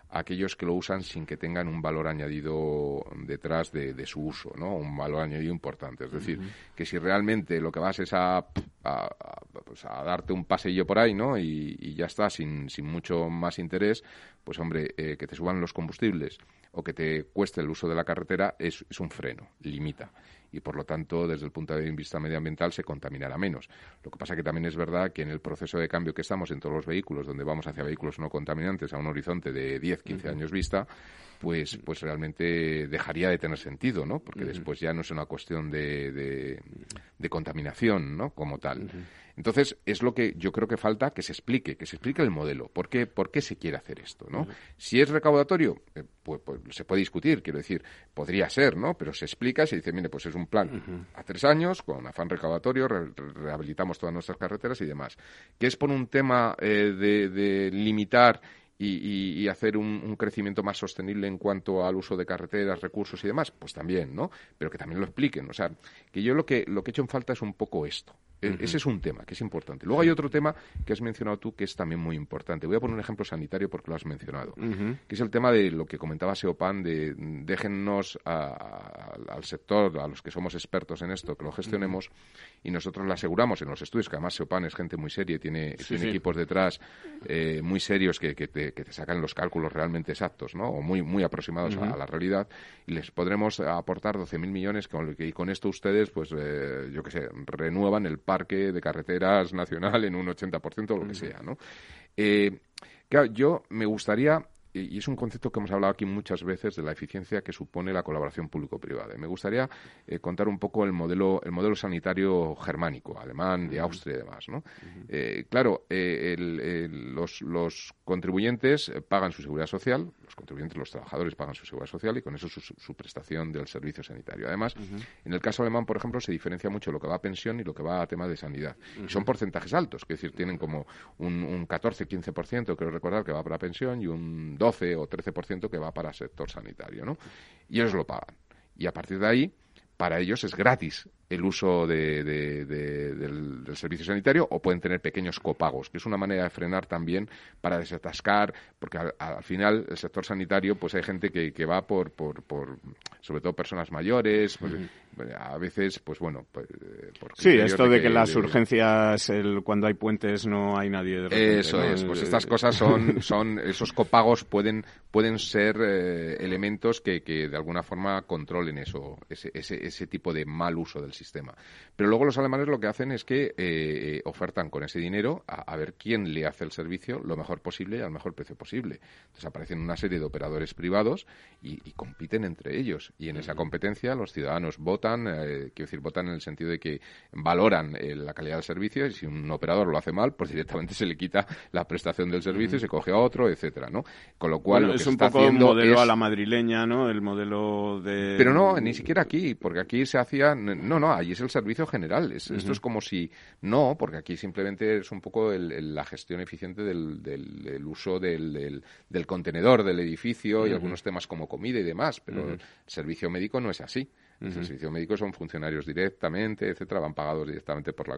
Speaker 4: a aquellos que lo usan sin que tengan un valor añadido detrás de su uso, ¿no? Un valor añadido importante. Es decir, que si realmente lo que vas es a darte un paseillo por ahí, ¿no? Y ya está, sin mucho más interés, pues hombre, que te suban los combustibles o que te cueste el uso de la carretera es un freno, limita. Y por lo tanto, desde el punto de vista medioambiental, se contaminará menos. Lo que pasa que también es verdad que en el proceso de cambio que estamos en todos los vehículos, donde vamos hacia vehículos no contaminantes a un horizonte de 10, 15 años vista, pues realmente dejaría de tener sentido, ¿no? Porque después ya no es una cuestión de contaminación, ¿no? Como tal. Entonces, es lo que yo creo que falta que se explique el modelo. ¿Por qué se quiere hacer esto, no? Si es recaudatorio, pues se puede discutir, quiero decir, podría ser, ¿no? Pero se explica y se dice, mire, pues es un plan a 3 años, con afán recaudatorio, rehabilitamos todas nuestras carreteras y demás. ¿Que es por un tema de limitar y hacer un crecimiento más sostenible en cuanto al uso de carreteras, recursos y demás? Pues también, ¿no? Pero que también lo expliquen. O sea, que yo lo que he hecho en falta es un poco esto. Ese es un tema que es importante. Luego hay otro tema que has mencionado tú que es también muy importante. Voy a poner un ejemplo sanitario porque lo has mencionado, que es el tema de lo que comentaba Seopan, de déjennos al sector, a los que somos expertos en esto, que lo gestionemos y nosotros lo aseguramos en los estudios, que además Seopan es gente muy seria y tiene equipos detrás muy serios que te sacan los cálculos realmente exactos, ¿no? O muy aproximados a la realidad, y les podremos aportar 12.000 millones y con esto ustedes, pues yo qué sé, renuevan el parque de carreteras nacional en un 80% o lo que sea, ¿no? Claro, yo me gustaría, y es un concepto que hemos hablado aquí muchas veces, de la eficiencia que supone la colaboración público-privada. Me gustaría contar un poco el modelo sanitario germánico, alemán, de Austria y demás, ¿no? Claro, los contribuyentes pagan su seguridad social, los trabajadores pagan su seguridad social y con eso su prestación del servicio sanitario. Además, en el caso alemán, por ejemplo, se diferencia mucho lo que va a pensión y lo que va a tema de sanidad. Y son porcentajes altos, es decir, tienen como un 14-15%, creo recordar, que va para pensión y un 12 o 13% que va para el sector sanitario, ¿no? Y ellos lo pagan. Y a partir de ahí, para ellos es gratis el uso del servicio sanitario, o pueden tener pequeños copagos, que es una manera de frenar también para desatascar, porque al final el sector sanitario, pues hay gente que va por sobre todo personas mayores, pues, a veces, pues bueno,
Speaker 3: sí, esto de que las urgencias, cuando hay puentes no hay nadie de repente,
Speaker 4: eso, ¿no? Pues estas cosas son esos copagos pueden ser elementos que de alguna forma controlen ese tipo de mal uso del sistema. Pero luego los alemanes lo que hacen es que ofertan con ese dinero a ver quién le hace el servicio lo mejor posible y al mejor precio posible. Entonces aparecen una serie de operadores privados y compiten entre ellos. Y en esa competencia los ciudadanos votan, votan en el sentido de que valoran la calidad del servicio, y si un operador lo hace mal, pues directamente se le quita la prestación del servicio y se coge a otro, etcétera, ¿no? Con lo cual, lo que
Speaker 3: es un poco un modelo a la madrileña, ¿no? El modelo de...
Speaker 4: Pero no, ni siquiera aquí, porque aquí se hacía... No, allí es el servicio general. Esto es como si... No, porque aquí simplemente es un poco la gestión eficiente del uso del contenedor, del edificio y algunos temas como comida y demás, pero el servicio médico no es así. El servicio médico son funcionarios directamente, etcétera, van pagados directamente por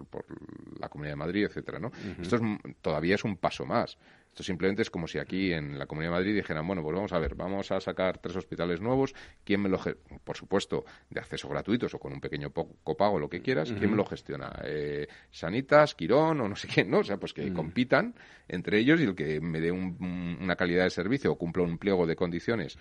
Speaker 4: la Comunidad de Madrid, etcétera, ¿no? Esto todavía es un paso más. Esto simplemente es como si aquí en la Comunidad de Madrid dijeran, bueno, pues vamos a ver, vamos a sacar 3 hospitales nuevos, ¿quién me lo gestiona? Por supuesto, de acceso gratuitos o con un pequeño copago, lo que quieras, ¿quién me lo gestiona? Sanitas, Quirón o no sé quién, ¿no? O sea, pues que compitan entre ellos, y el que me dé una calidad de servicio o cumpla un pliego de condiciones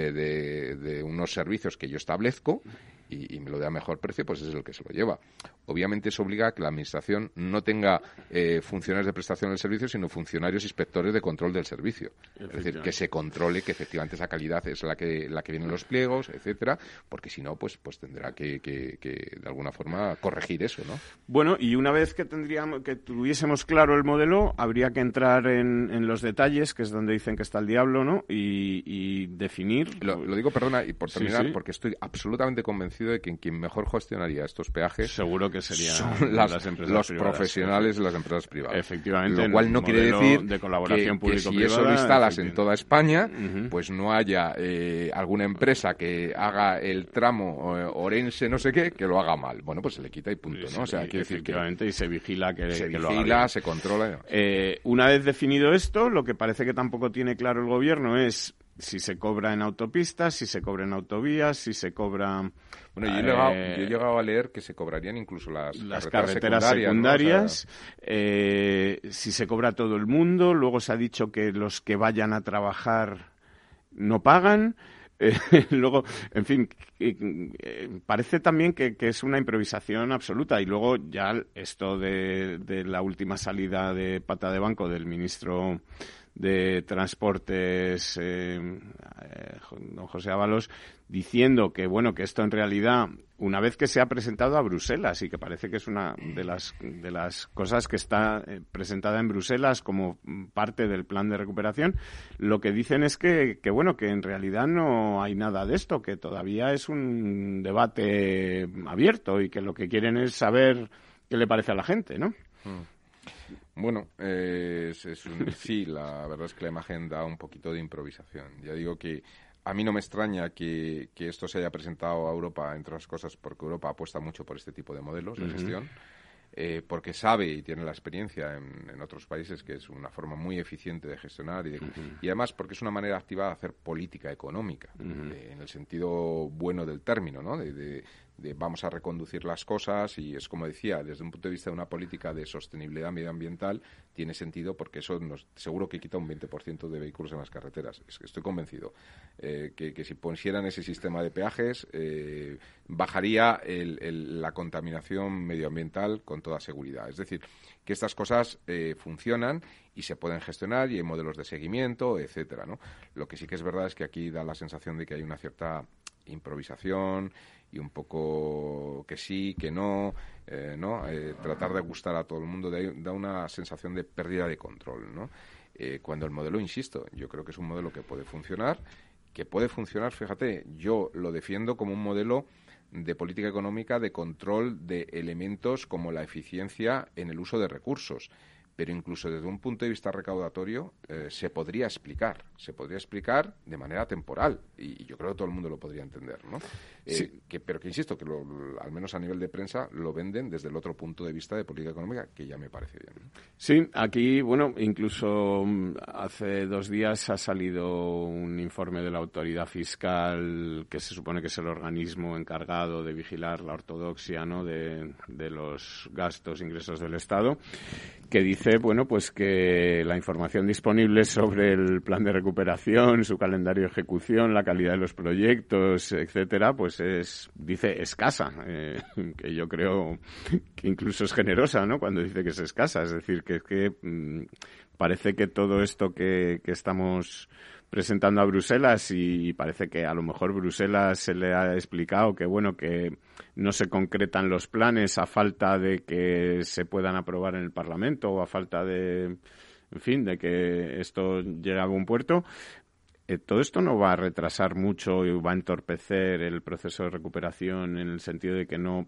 Speaker 4: de unos servicios que yo establezco y me lo dé a mejor precio, pues es el que se lo lleva. Obviamente eso obliga a que la Administración no tenga funcionarios de prestación del servicio, sino funcionarios inspectores de control del servicio. Es decir, que se controle que efectivamente esa calidad es la que viene en los pliegos, etcétera, porque si no, pues tendrá que de alguna forma corregir eso, ¿no?
Speaker 3: Bueno, y una vez que tuviésemos claro el modelo, habría que entrar en los detalles, que es donde dicen que está el diablo, ¿no? Y definir...
Speaker 4: Lo digo, perdona, y por terminar, porque estoy absolutamente convencido convencido de que quien mejor gestionaría estos peajes
Speaker 3: seguro que serían
Speaker 4: son
Speaker 3: las empresas
Speaker 4: los
Speaker 3: privadas,
Speaker 4: profesionales de las empresas privadas.
Speaker 3: Efectivamente.
Speaker 4: Lo cual no quiere decir
Speaker 3: de colaboración
Speaker 4: que si
Speaker 3: público-privada,
Speaker 4: eso lo instalas en toda España,
Speaker 3: Uh-huh.
Speaker 4: pues no haya alguna empresa que haga el tramo Orense no sé qué, que lo haga mal. Bueno, pues se le quita y punto, ¿no? O sea, quiere decir que
Speaker 3: y se vigila que
Speaker 4: se
Speaker 3: lo haga
Speaker 4: vigila,
Speaker 3: bien.
Speaker 4: se controla.
Speaker 3: Una vez definido esto, lo que parece que tampoco tiene claro el gobierno es si se cobra en autopistas, si se cobra en autovías, si se cobra...
Speaker 4: Bueno, yo he llegado a leer que se cobrarían incluso las
Speaker 3: carreteras secundarias, ¿no? O sea, si se cobra a todo el mundo. Luego se ha dicho que los que vayan a trabajar no pagan. Luego, en fin, parece también que es una improvisación absoluta. Y luego ya esto de la última salida de pata de banco del ministro de Transportes, don José Ábalos, diciendo que bueno, que esto en realidad, una vez que se ha presentado a Bruselas, y que parece que es una de las cosas que está presentada en Bruselas como parte del plan de recuperación, lo que dicen es que bueno, que en realidad no hay nada de esto, que todavía es un debate abierto y que lo que quieren es saber qué le parece a la gente, ¿no?
Speaker 4: Bueno, sí, la verdad es que la imagen da un poquito de improvisación. Ya digo que a mí no me extraña que esto se haya presentado a Europa, entre otras cosas, porque Europa apuesta mucho por este tipo de modelos de gestión, porque sabe y tiene la experiencia en otros países que es una forma muy eficiente de gestionar y además porque es una manera activa de hacer política económica, en el sentido bueno del término, ¿no? De vamos a reconducir las cosas y es como decía, desde un punto de vista de una política de sostenibilidad medioambiental tiene sentido porque eso seguro que quita un 20% de vehículos en las carreteras. Estoy convencido que si pusieran ese sistema de peajes bajaría la contaminación medioambiental con toda seguridad. Es decir, que estas cosas funcionan y se pueden gestionar y hay modelos de seguimiento, etcétera, ¿no? Lo que sí que es verdad es que aquí da la sensación de que hay una cierta improvisación y un poco que sí, que no, tratar de gustar a todo el mundo da una sensación de pérdida de control, ¿no? Cuando el modelo, insisto, yo creo que es un modelo que puede funcionar, fíjate, yo lo defiendo como un modelo de política económica de control de elementos como la eficiencia en el uso de recursos. Pero incluso desde un punto de vista recaudatorio se podría explicar de manera temporal y yo creo que todo el mundo lo podría entender, ¿no?
Speaker 3: Sí.
Speaker 4: Pero que insisto, que al menos a nivel de prensa lo venden desde el otro punto de vista de política económica, que ya me parece bien, ¿no?
Speaker 3: Sí, aquí, bueno, incluso hace 2 días ha salido un informe de la autoridad fiscal, que se supone que es el organismo encargado de vigilar la ortodoxia, ¿no?, de los gastos, ingresos del Estado, que dice, bueno, pues que la información disponible sobre el plan de recuperación, su calendario de ejecución, la calidad de los proyectos, etcétera, pues dice escasa, que yo creo que incluso es generosa, ¿no?, cuando dice que es escasa. Es decir, que parece que todo esto que estamos presentando a Bruselas, y parece que a lo mejor Bruselas se le ha explicado que bueno, que no se concretan los planes a falta de que se puedan aprobar en el Parlamento o a falta de, en fin, de que esto llegue a buen puerto. Todo esto no va a retrasar mucho y va a entorpecer el proceso de recuperación en el sentido de que no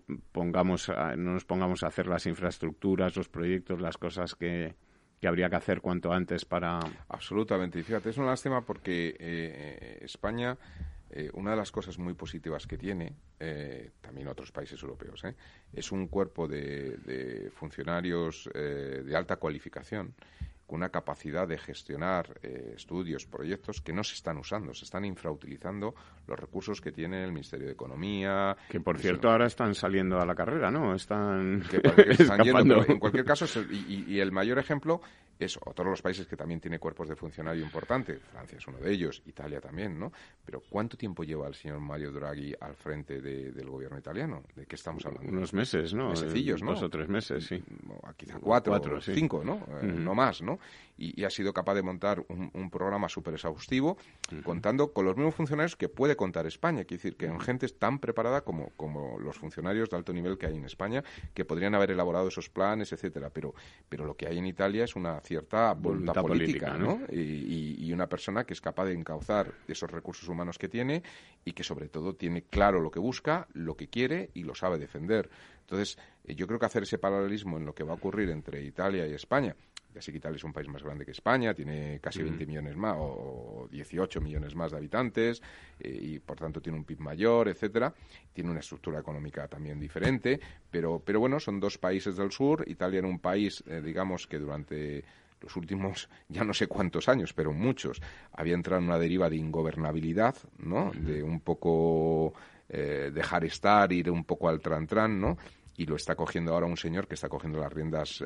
Speaker 3: nos pongamos a hacer las infraestructuras, los proyectos, las cosas que habría que hacer cuanto antes para...
Speaker 4: Absolutamente. Y fíjate, es una lástima porque España, una de las cosas muy positivas que tiene, también otros países europeos, es un cuerpo de funcionarios de alta cualificación con una capacidad de gestionar estudios, proyectos que no se están usando, se están infrautilizando los recursos que tiene el Ministerio de Economía.
Speaker 3: Que, por cierto, ahora están saliendo a la carrera, ¿no? Están
Speaker 4: están yendo, pero en cualquier caso, y el mayor ejemplo es otros los países que también tiene cuerpos de funcionario importante. Francia es uno de ellos, Italia también, ¿no? Pero ¿cuánto tiempo lleva el señor Mario Draghi al frente del gobierno italiano? ¿De qué estamos hablando?
Speaker 3: Unos meses, ¿no?
Speaker 4: Mesecillos, ¿no?
Speaker 3: 2 o 3 meses, sí.
Speaker 4: Quizá 4 o 5, ¿no? No más, ¿no? ¿no? Y ha sido capaz de montar un programa súper exhaustivo, contando con los mismos funcionarios que puede contar España. Quiere decir, que en gente tan preparada como los funcionarios de alto nivel que hay en España, que podrían haber elaborado esos planes, etcétera. Pero lo que hay en Italia es una cierta voluntad política, ¿no? Y una persona que es capaz de encauzar esos recursos humanos que tiene y que, sobre todo, tiene claro lo que busca, lo que quiere y lo sabe defender. Entonces, yo creo que hacer ese paralelismo en lo que va a ocurrir entre Italia y España, ya sé que Italia es un país más grande que España, tiene casi 20 millones más o 18 millones más de habitantes y, por tanto, tiene un PIB mayor, etcétera. Tiene una estructura económica también diferente, pero bueno, son dos países del sur. Italia era un país, digamos, que durante los últimos, ya no sé cuántos años, pero muchos, había entrado en una deriva de ingobernabilidad, ¿no? De un poco dejar estar, ir un poco al tran-tran, ¿no? Y lo está cogiendo ahora un señor que está cogiendo las riendas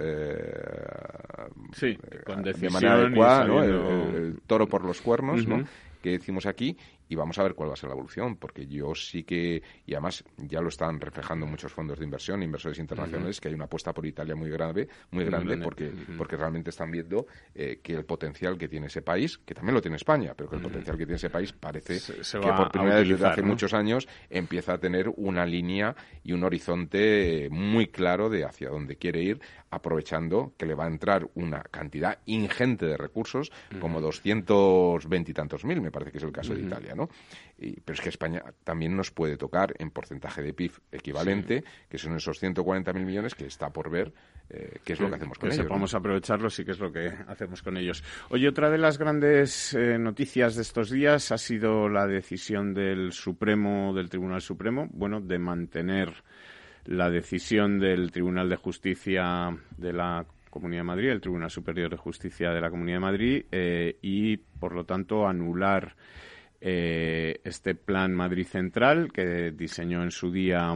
Speaker 3: con
Speaker 4: de manera adecuada, ¿no? El toro por los cuernos, ¿no? Que decimos aquí, y vamos a ver cuál va a ser la evolución, porque yo sí que, y además ya lo están reflejando muchos fondos de inversión, inversores internacionales, que hay una apuesta por Italia muy grande, porque realmente están viendo que el potencial que tiene ese país, que también lo tiene España, pero que el potencial que tiene ese país parece que por primera vez desde hace muchos años empieza a tener una línea y un horizonte muy claro de hacia dónde quiere ir, aprovechando que le va a entrar una cantidad ingente de recursos, como 220 y tantos mil, me parece que es el caso de Italia, ¿no? Pero es que España también nos puede tocar en porcentaje de PIB equivalente, que son esos 140.000 millones que está por ver qué es lo que hacemos con ellos.
Speaker 3: Vamos a aprovecharlos y qué es lo que hacemos con ellos. Oye, otra de las grandes noticias de estos días ha sido la decisión del Tribunal Supremo, de mantener la decisión del Tribunal de Justicia de la Comunidad de Madrid, el Tribunal Superior de Justicia de la Comunidad de Madrid, y, por lo tanto, anular este Plan Madrid Central que diseñó en su día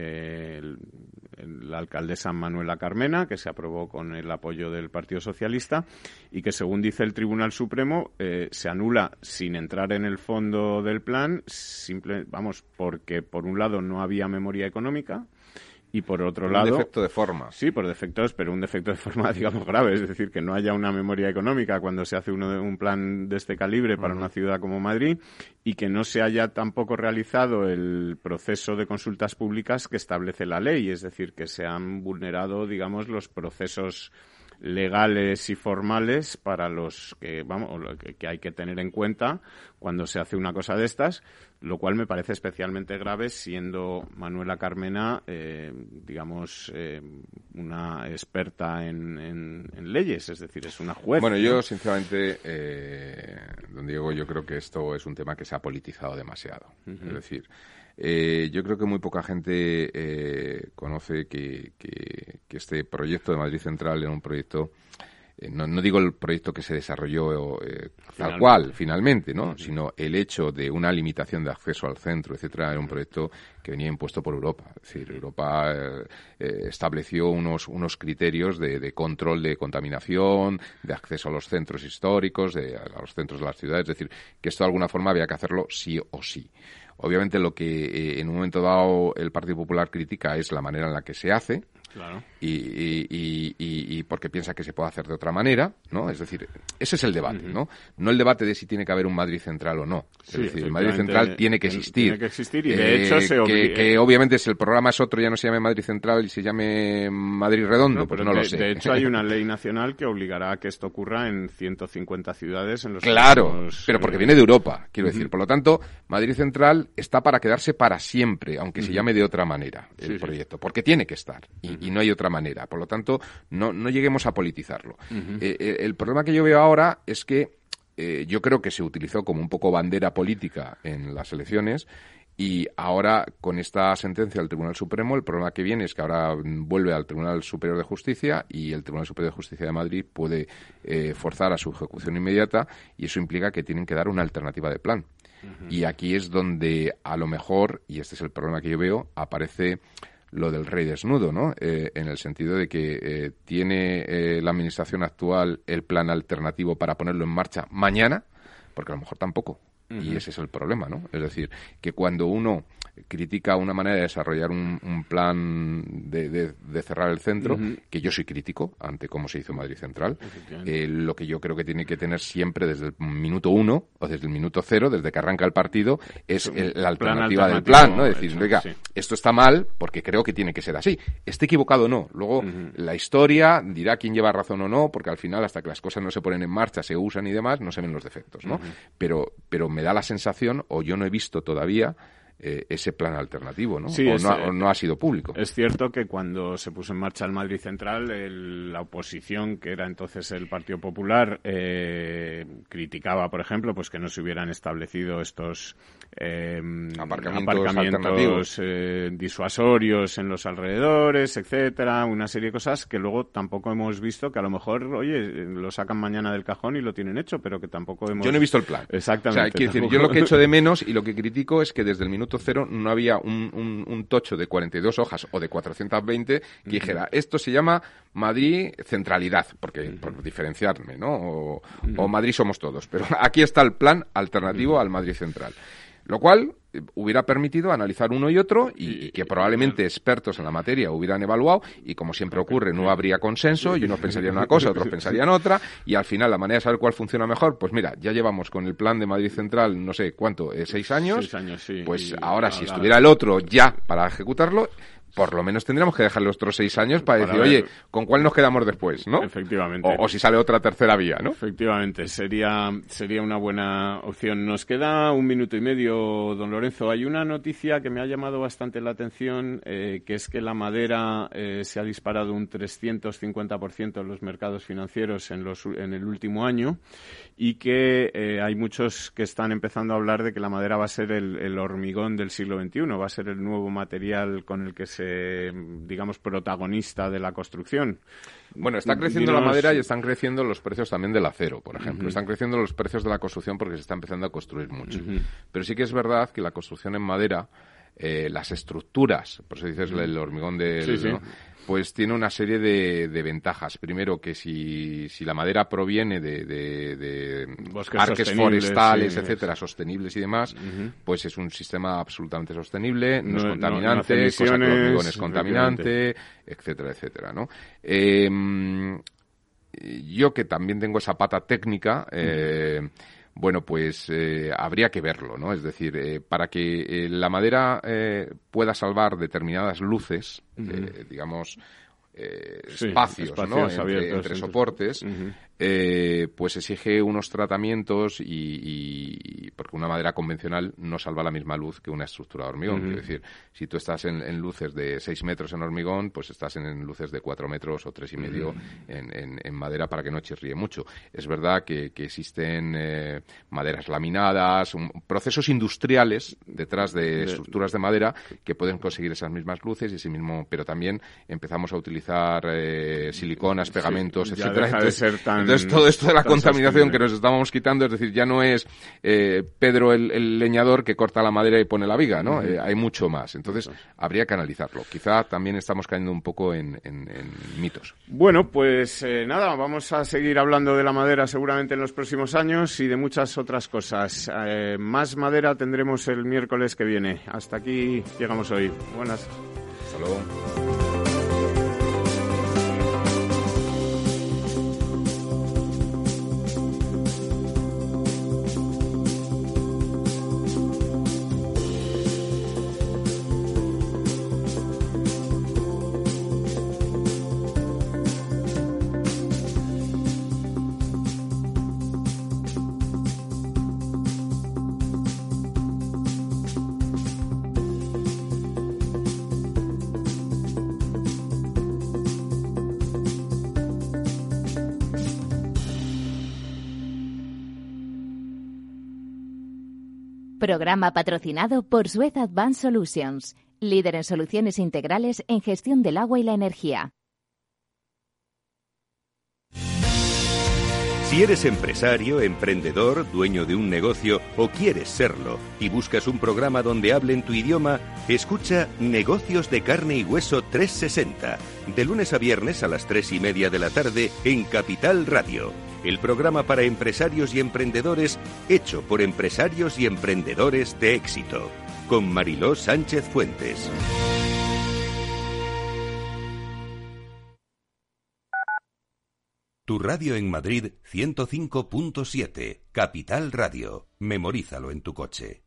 Speaker 3: la alcaldesa Manuela Carmena, que se aprobó con el apoyo del Partido Socialista y que, según dice el Tribunal Supremo, se anula sin entrar en el fondo del plan, porque, por un lado, no había memoria económica, y por otro lado...
Speaker 4: Un defecto de forma.
Speaker 3: Sí, por defectos, pero un defecto de forma, digamos, grave. Es decir, que no haya una memoria económica cuando se hace un plan de este calibre para una ciudad como Madrid, y que no se haya tampoco realizado el proceso de consultas públicas que establece la ley. Es decir, que se han vulnerado, digamos, los procesos legales y formales para los que hay que tener en cuenta cuando se hace una cosa de estas, lo cual me parece especialmente grave, siendo Manuela Carmena, una experta en leyes, es decir, es una juez.
Speaker 4: Bueno, yo sinceramente, don Diego, yo creo que esto es un tema que se ha politizado demasiado. Es decir, yo creo que muy poca gente conoce que este proyecto de Madrid Central era un proyecto, no digo el proyecto que se desarrolló tal cual, finalmente, ¿no? Sino el hecho de una limitación de acceso al centro, etcétera, era un proyecto que venía impuesto por Europa. Es decir, Europa estableció unos criterios de control de contaminación, de acceso a los centros históricos, a los centros de las ciudades. Es decir, que esto de alguna forma había que hacerlo sí o sí. Obviamente lo que en un momento dado el Partido Popular critica es la manera en la que se hace.
Speaker 3: Claro.
Speaker 4: Y porque piensa que se puede hacer de otra manera, ¿no? Es decir, ese es el debate, ¿no? No el debate de si tiene que haber un Madrid Central o no. Es decir, el Madrid Central tiene que existir.
Speaker 3: Tiene que existir y, de hecho,
Speaker 4: que obviamente si el programa es otro ya no se llame Madrid Central y se llame Madrid Redondo, pues no lo sé.
Speaker 3: De hecho, hay una ley nacional que obligará a que esto ocurra en 150 ciudades en los
Speaker 4: Claro, pero porque viene de Europa, quiero decir. Por lo tanto, Madrid Central está para quedarse para siempre, aunque se llame de otra manera el proyecto, porque tiene que estar. Y no hay otra manera. Por lo tanto, no lleguemos a politizarlo. El problema que yo veo ahora es que yo creo que se utilizó como un poco bandera política en las elecciones y ahora, con esta sentencia del Tribunal Supremo, el problema que viene es que ahora vuelve al Tribunal Superior de Justicia y el Tribunal Superior de Justicia de Madrid puede forzar a su ejecución inmediata y eso implica que tienen que dar una alternativa de plan. Y aquí es donde, a lo mejor, y este es el problema que yo veo, aparece lo del rey desnudo, ¿no? En el sentido de que tiene la administración actual el plan alternativo para ponerlo en marcha mañana, porque a lo mejor tampoco. Y ese es el problema, ¿no? Es decir, que cuando uno critica una manera de desarrollar un plan de cerrar el centro, que yo soy crítico ante cómo se hizo Madrid Central. Lo que yo creo que tiene que tener siempre desde el minuto 1 o desde el minuto 0, desde que arranca el partido, es la alternativa del plan, ¿no? Es decir, oiga, esto está mal porque creo que tiene que ser así. Esté equivocado o no. Luego, la historia dirá quién lleva razón o no, porque al final, hasta que las cosas no se ponen en marcha, se usan y demás, no se ven los defectos, ¿no? Pero me da la sensación, o yo no he visto todavía ese plan alternativo, ¿no?
Speaker 3: Sí,
Speaker 4: o no ha sido público.
Speaker 3: Es cierto que cuando se puso en marcha el Madrid Central, la oposición, que era entonces el Partido Popular, criticaba, por ejemplo, pues que no se hubieran establecido estos aparcamientos disuasorios en los alrededores, etcétera, una serie de cosas que luego tampoco hemos visto, que a lo mejor, oye, lo sacan mañana del cajón y lo tienen hecho, pero que tampoco hemos...
Speaker 4: Yo no he visto el plan.
Speaker 3: Exactamente.
Speaker 4: O sea, quiero decir, yo lo que echo de menos y lo que critico es que desde el minuto 0 no había un tocho de 42 hojas o de 420 que dijera, esto se llama Madrid Centralidad, porque por diferenciarme, ¿no? O Madrid somos todos. Pero aquí está el plan alternativo al Madrid Central. Lo cual hubiera permitido analizar uno y otro y que probablemente expertos en la materia hubieran evaluado y, como siempre ocurre, no habría consenso y unos pensarían una cosa, otros pensarían otra y al final la manera de saber cuál funciona mejor, pues mira, ya llevamos con el plan de Madrid Central, no sé cuánto, 6 años,
Speaker 3: 6 años, sí.
Speaker 4: Pues ahora si estuviera el otro ya para ejecutarlo, por lo menos tendríamos que dejar los otros 6 años para decir, oye, ¿con cuál nos quedamos después, no?
Speaker 3: Efectivamente.
Speaker 4: O si sale otra tercera vía, ¿no?
Speaker 3: Efectivamente, sería una buena opción. Nos queda 1 minuto y medio, don Lorenzo. Hay una noticia que me ha llamado bastante la atención, que es que la madera se ha disparado un 350% en los mercados financieros en el último año y que hay muchos que están empezando a hablar de que la madera va a ser el hormigón del siglo XXI, va a ser el nuevo material con el que digamos, protagonista de la construcción.
Speaker 4: Bueno, está creciendo la madera y están creciendo los precios también del acero, por ejemplo. Están creciendo los precios de la construcción porque se está empezando a construir mucho. Pero sí que es verdad que la construcción en madera, las estructuras, por eso dices el hormigón ¿no? Pues tiene una serie de ventajas. Primero, que si la madera proviene de parques forestales, etcétera, sostenibles y demás, pues es un sistema absolutamente sostenible, no es contaminante, cosa que el hormigón es contaminante, etcétera, etcétera, ¿no? Yo, que también tengo esa pata técnica, bueno, pues habría que verlo, ¿no? Es decir, para que la madera pueda salvar determinadas luces, digamos, espacios, ¿no? Entre soportes, pues exige unos tratamientos y porque una madera convencional no salva la misma luz que una estructura de hormigón. Quiero decir, si tú estás en luces de 6 metros en hormigón, pues estás en luces de 4 metros o 3,5 en madera para que no chirríe mucho. Es verdad que existen maderas laminadas, procesos industriales detrás de estructuras de madera que pueden conseguir esas mismas luces y ese mismo, pero también empezamos a utilizar siliconas, pegamentos, etcétera. Entonces todo esto de la contaminación que nos estábamos quitando, es decir, ya no es Pedro el leñador que corta la madera y pone la viga, ¿no? Hay mucho más. Entonces habría que analizarlo. Quizá también estamos cayendo un poco en mitos.
Speaker 3: Bueno, pues nada, vamos a seguir hablando de la madera seguramente en los próximos años y de muchas otras cosas. Más madera tendremos el miércoles que viene. Hasta aquí llegamos hoy. Buenas.
Speaker 4: Hasta luego.
Speaker 2: Programa patrocinado por Suez Advanced Solutions, líder en soluciones integrales en gestión del agua y la energía.
Speaker 1: Si eres empresario, emprendedor, dueño de un negocio o quieres serlo y buscas un programa donde hablen tu idioma, escucha Negocios de Carne y Hueso 360, de lunes a viernes a las 3:30 de la tarde en Capital Radio. El programa para empresarios y emprendedores hecho por empresarios y emprendedores de éxito. con Mariló Sánchez Fuentes. Tu radio en Madrid 105.7, Capital Radio. Memorízalo en tu coche.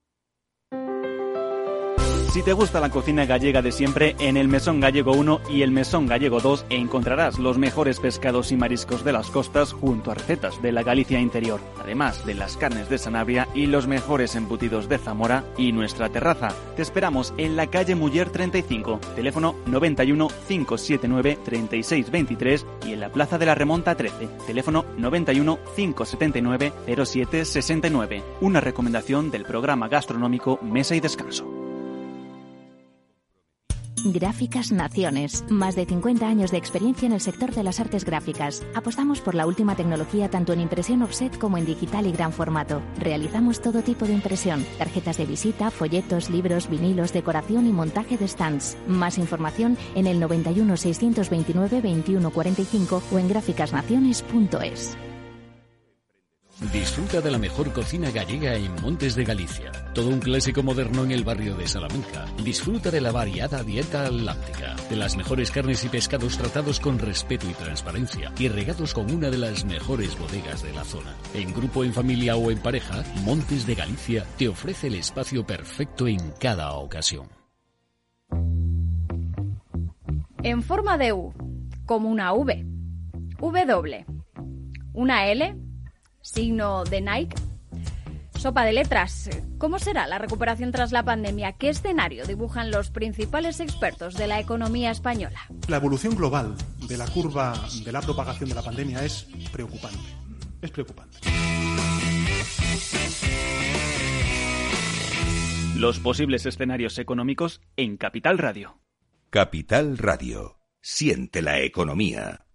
Speaker 8: Si te gusta la cocina gallega de siempre, en el Mesón Gallego 1 y el Mesón Gallego 2 encontrarás los mejores pescados y mariscos de las costas junto a recetas de la Galicia interior, además de las carnes de Sanabria y los mejores embutidos de Zamora y nuestra terraza. Te esperamos en la calle Muller 35, teléfono 91 579 3623 y en la Plaza de la Remonta 13, teléfono 91 579 0769. Una recomendación del programa gastronómico Mesa y Descanso.
Speaker 2: Gráficas Naciones. Más de 50 años de experiencia en el sector de las artes gráficas. Apostamos por la última tecnología tanto en impresión offset como en digital y gran formato. Realizamos todo tipo de impresión. Tarjetas de visita, folletos, libros, vinilos, decoración y montaje de stands. Más información en el 91 629 2145 o en gráficasnaciones.es.
Speaker 9: Disfruta de la mejor cocina gallega en Montes de Galicia. Todo un clásico moderno en el barrio de Salamanca. Disfruta de la variada dieta atlántica, de las mejores carnes y pescados tratados con respeto y transparencia y regados con una de las mejores bodegas de la zona. En grupo, en familia o en pareja, Montes de Galicia te ofrece el espacio perfecto en cada ocasión.
Speaker 10: En forma de U, como una V, W, una L, signo de Nike. Sopa de letras. ¿Cómo será la recuperación tras la pandemia? ¿Qué escenario dibujan los principales expertos de la economía española?
Speaker 11: La evolución global de la curva de la propagación de la pandemia es preocupante. Es preocupante.
Speaker 8: Los posibles escenarios económicos en Capital Radio.
Speaker 1: Capital Radio. Siente la economía.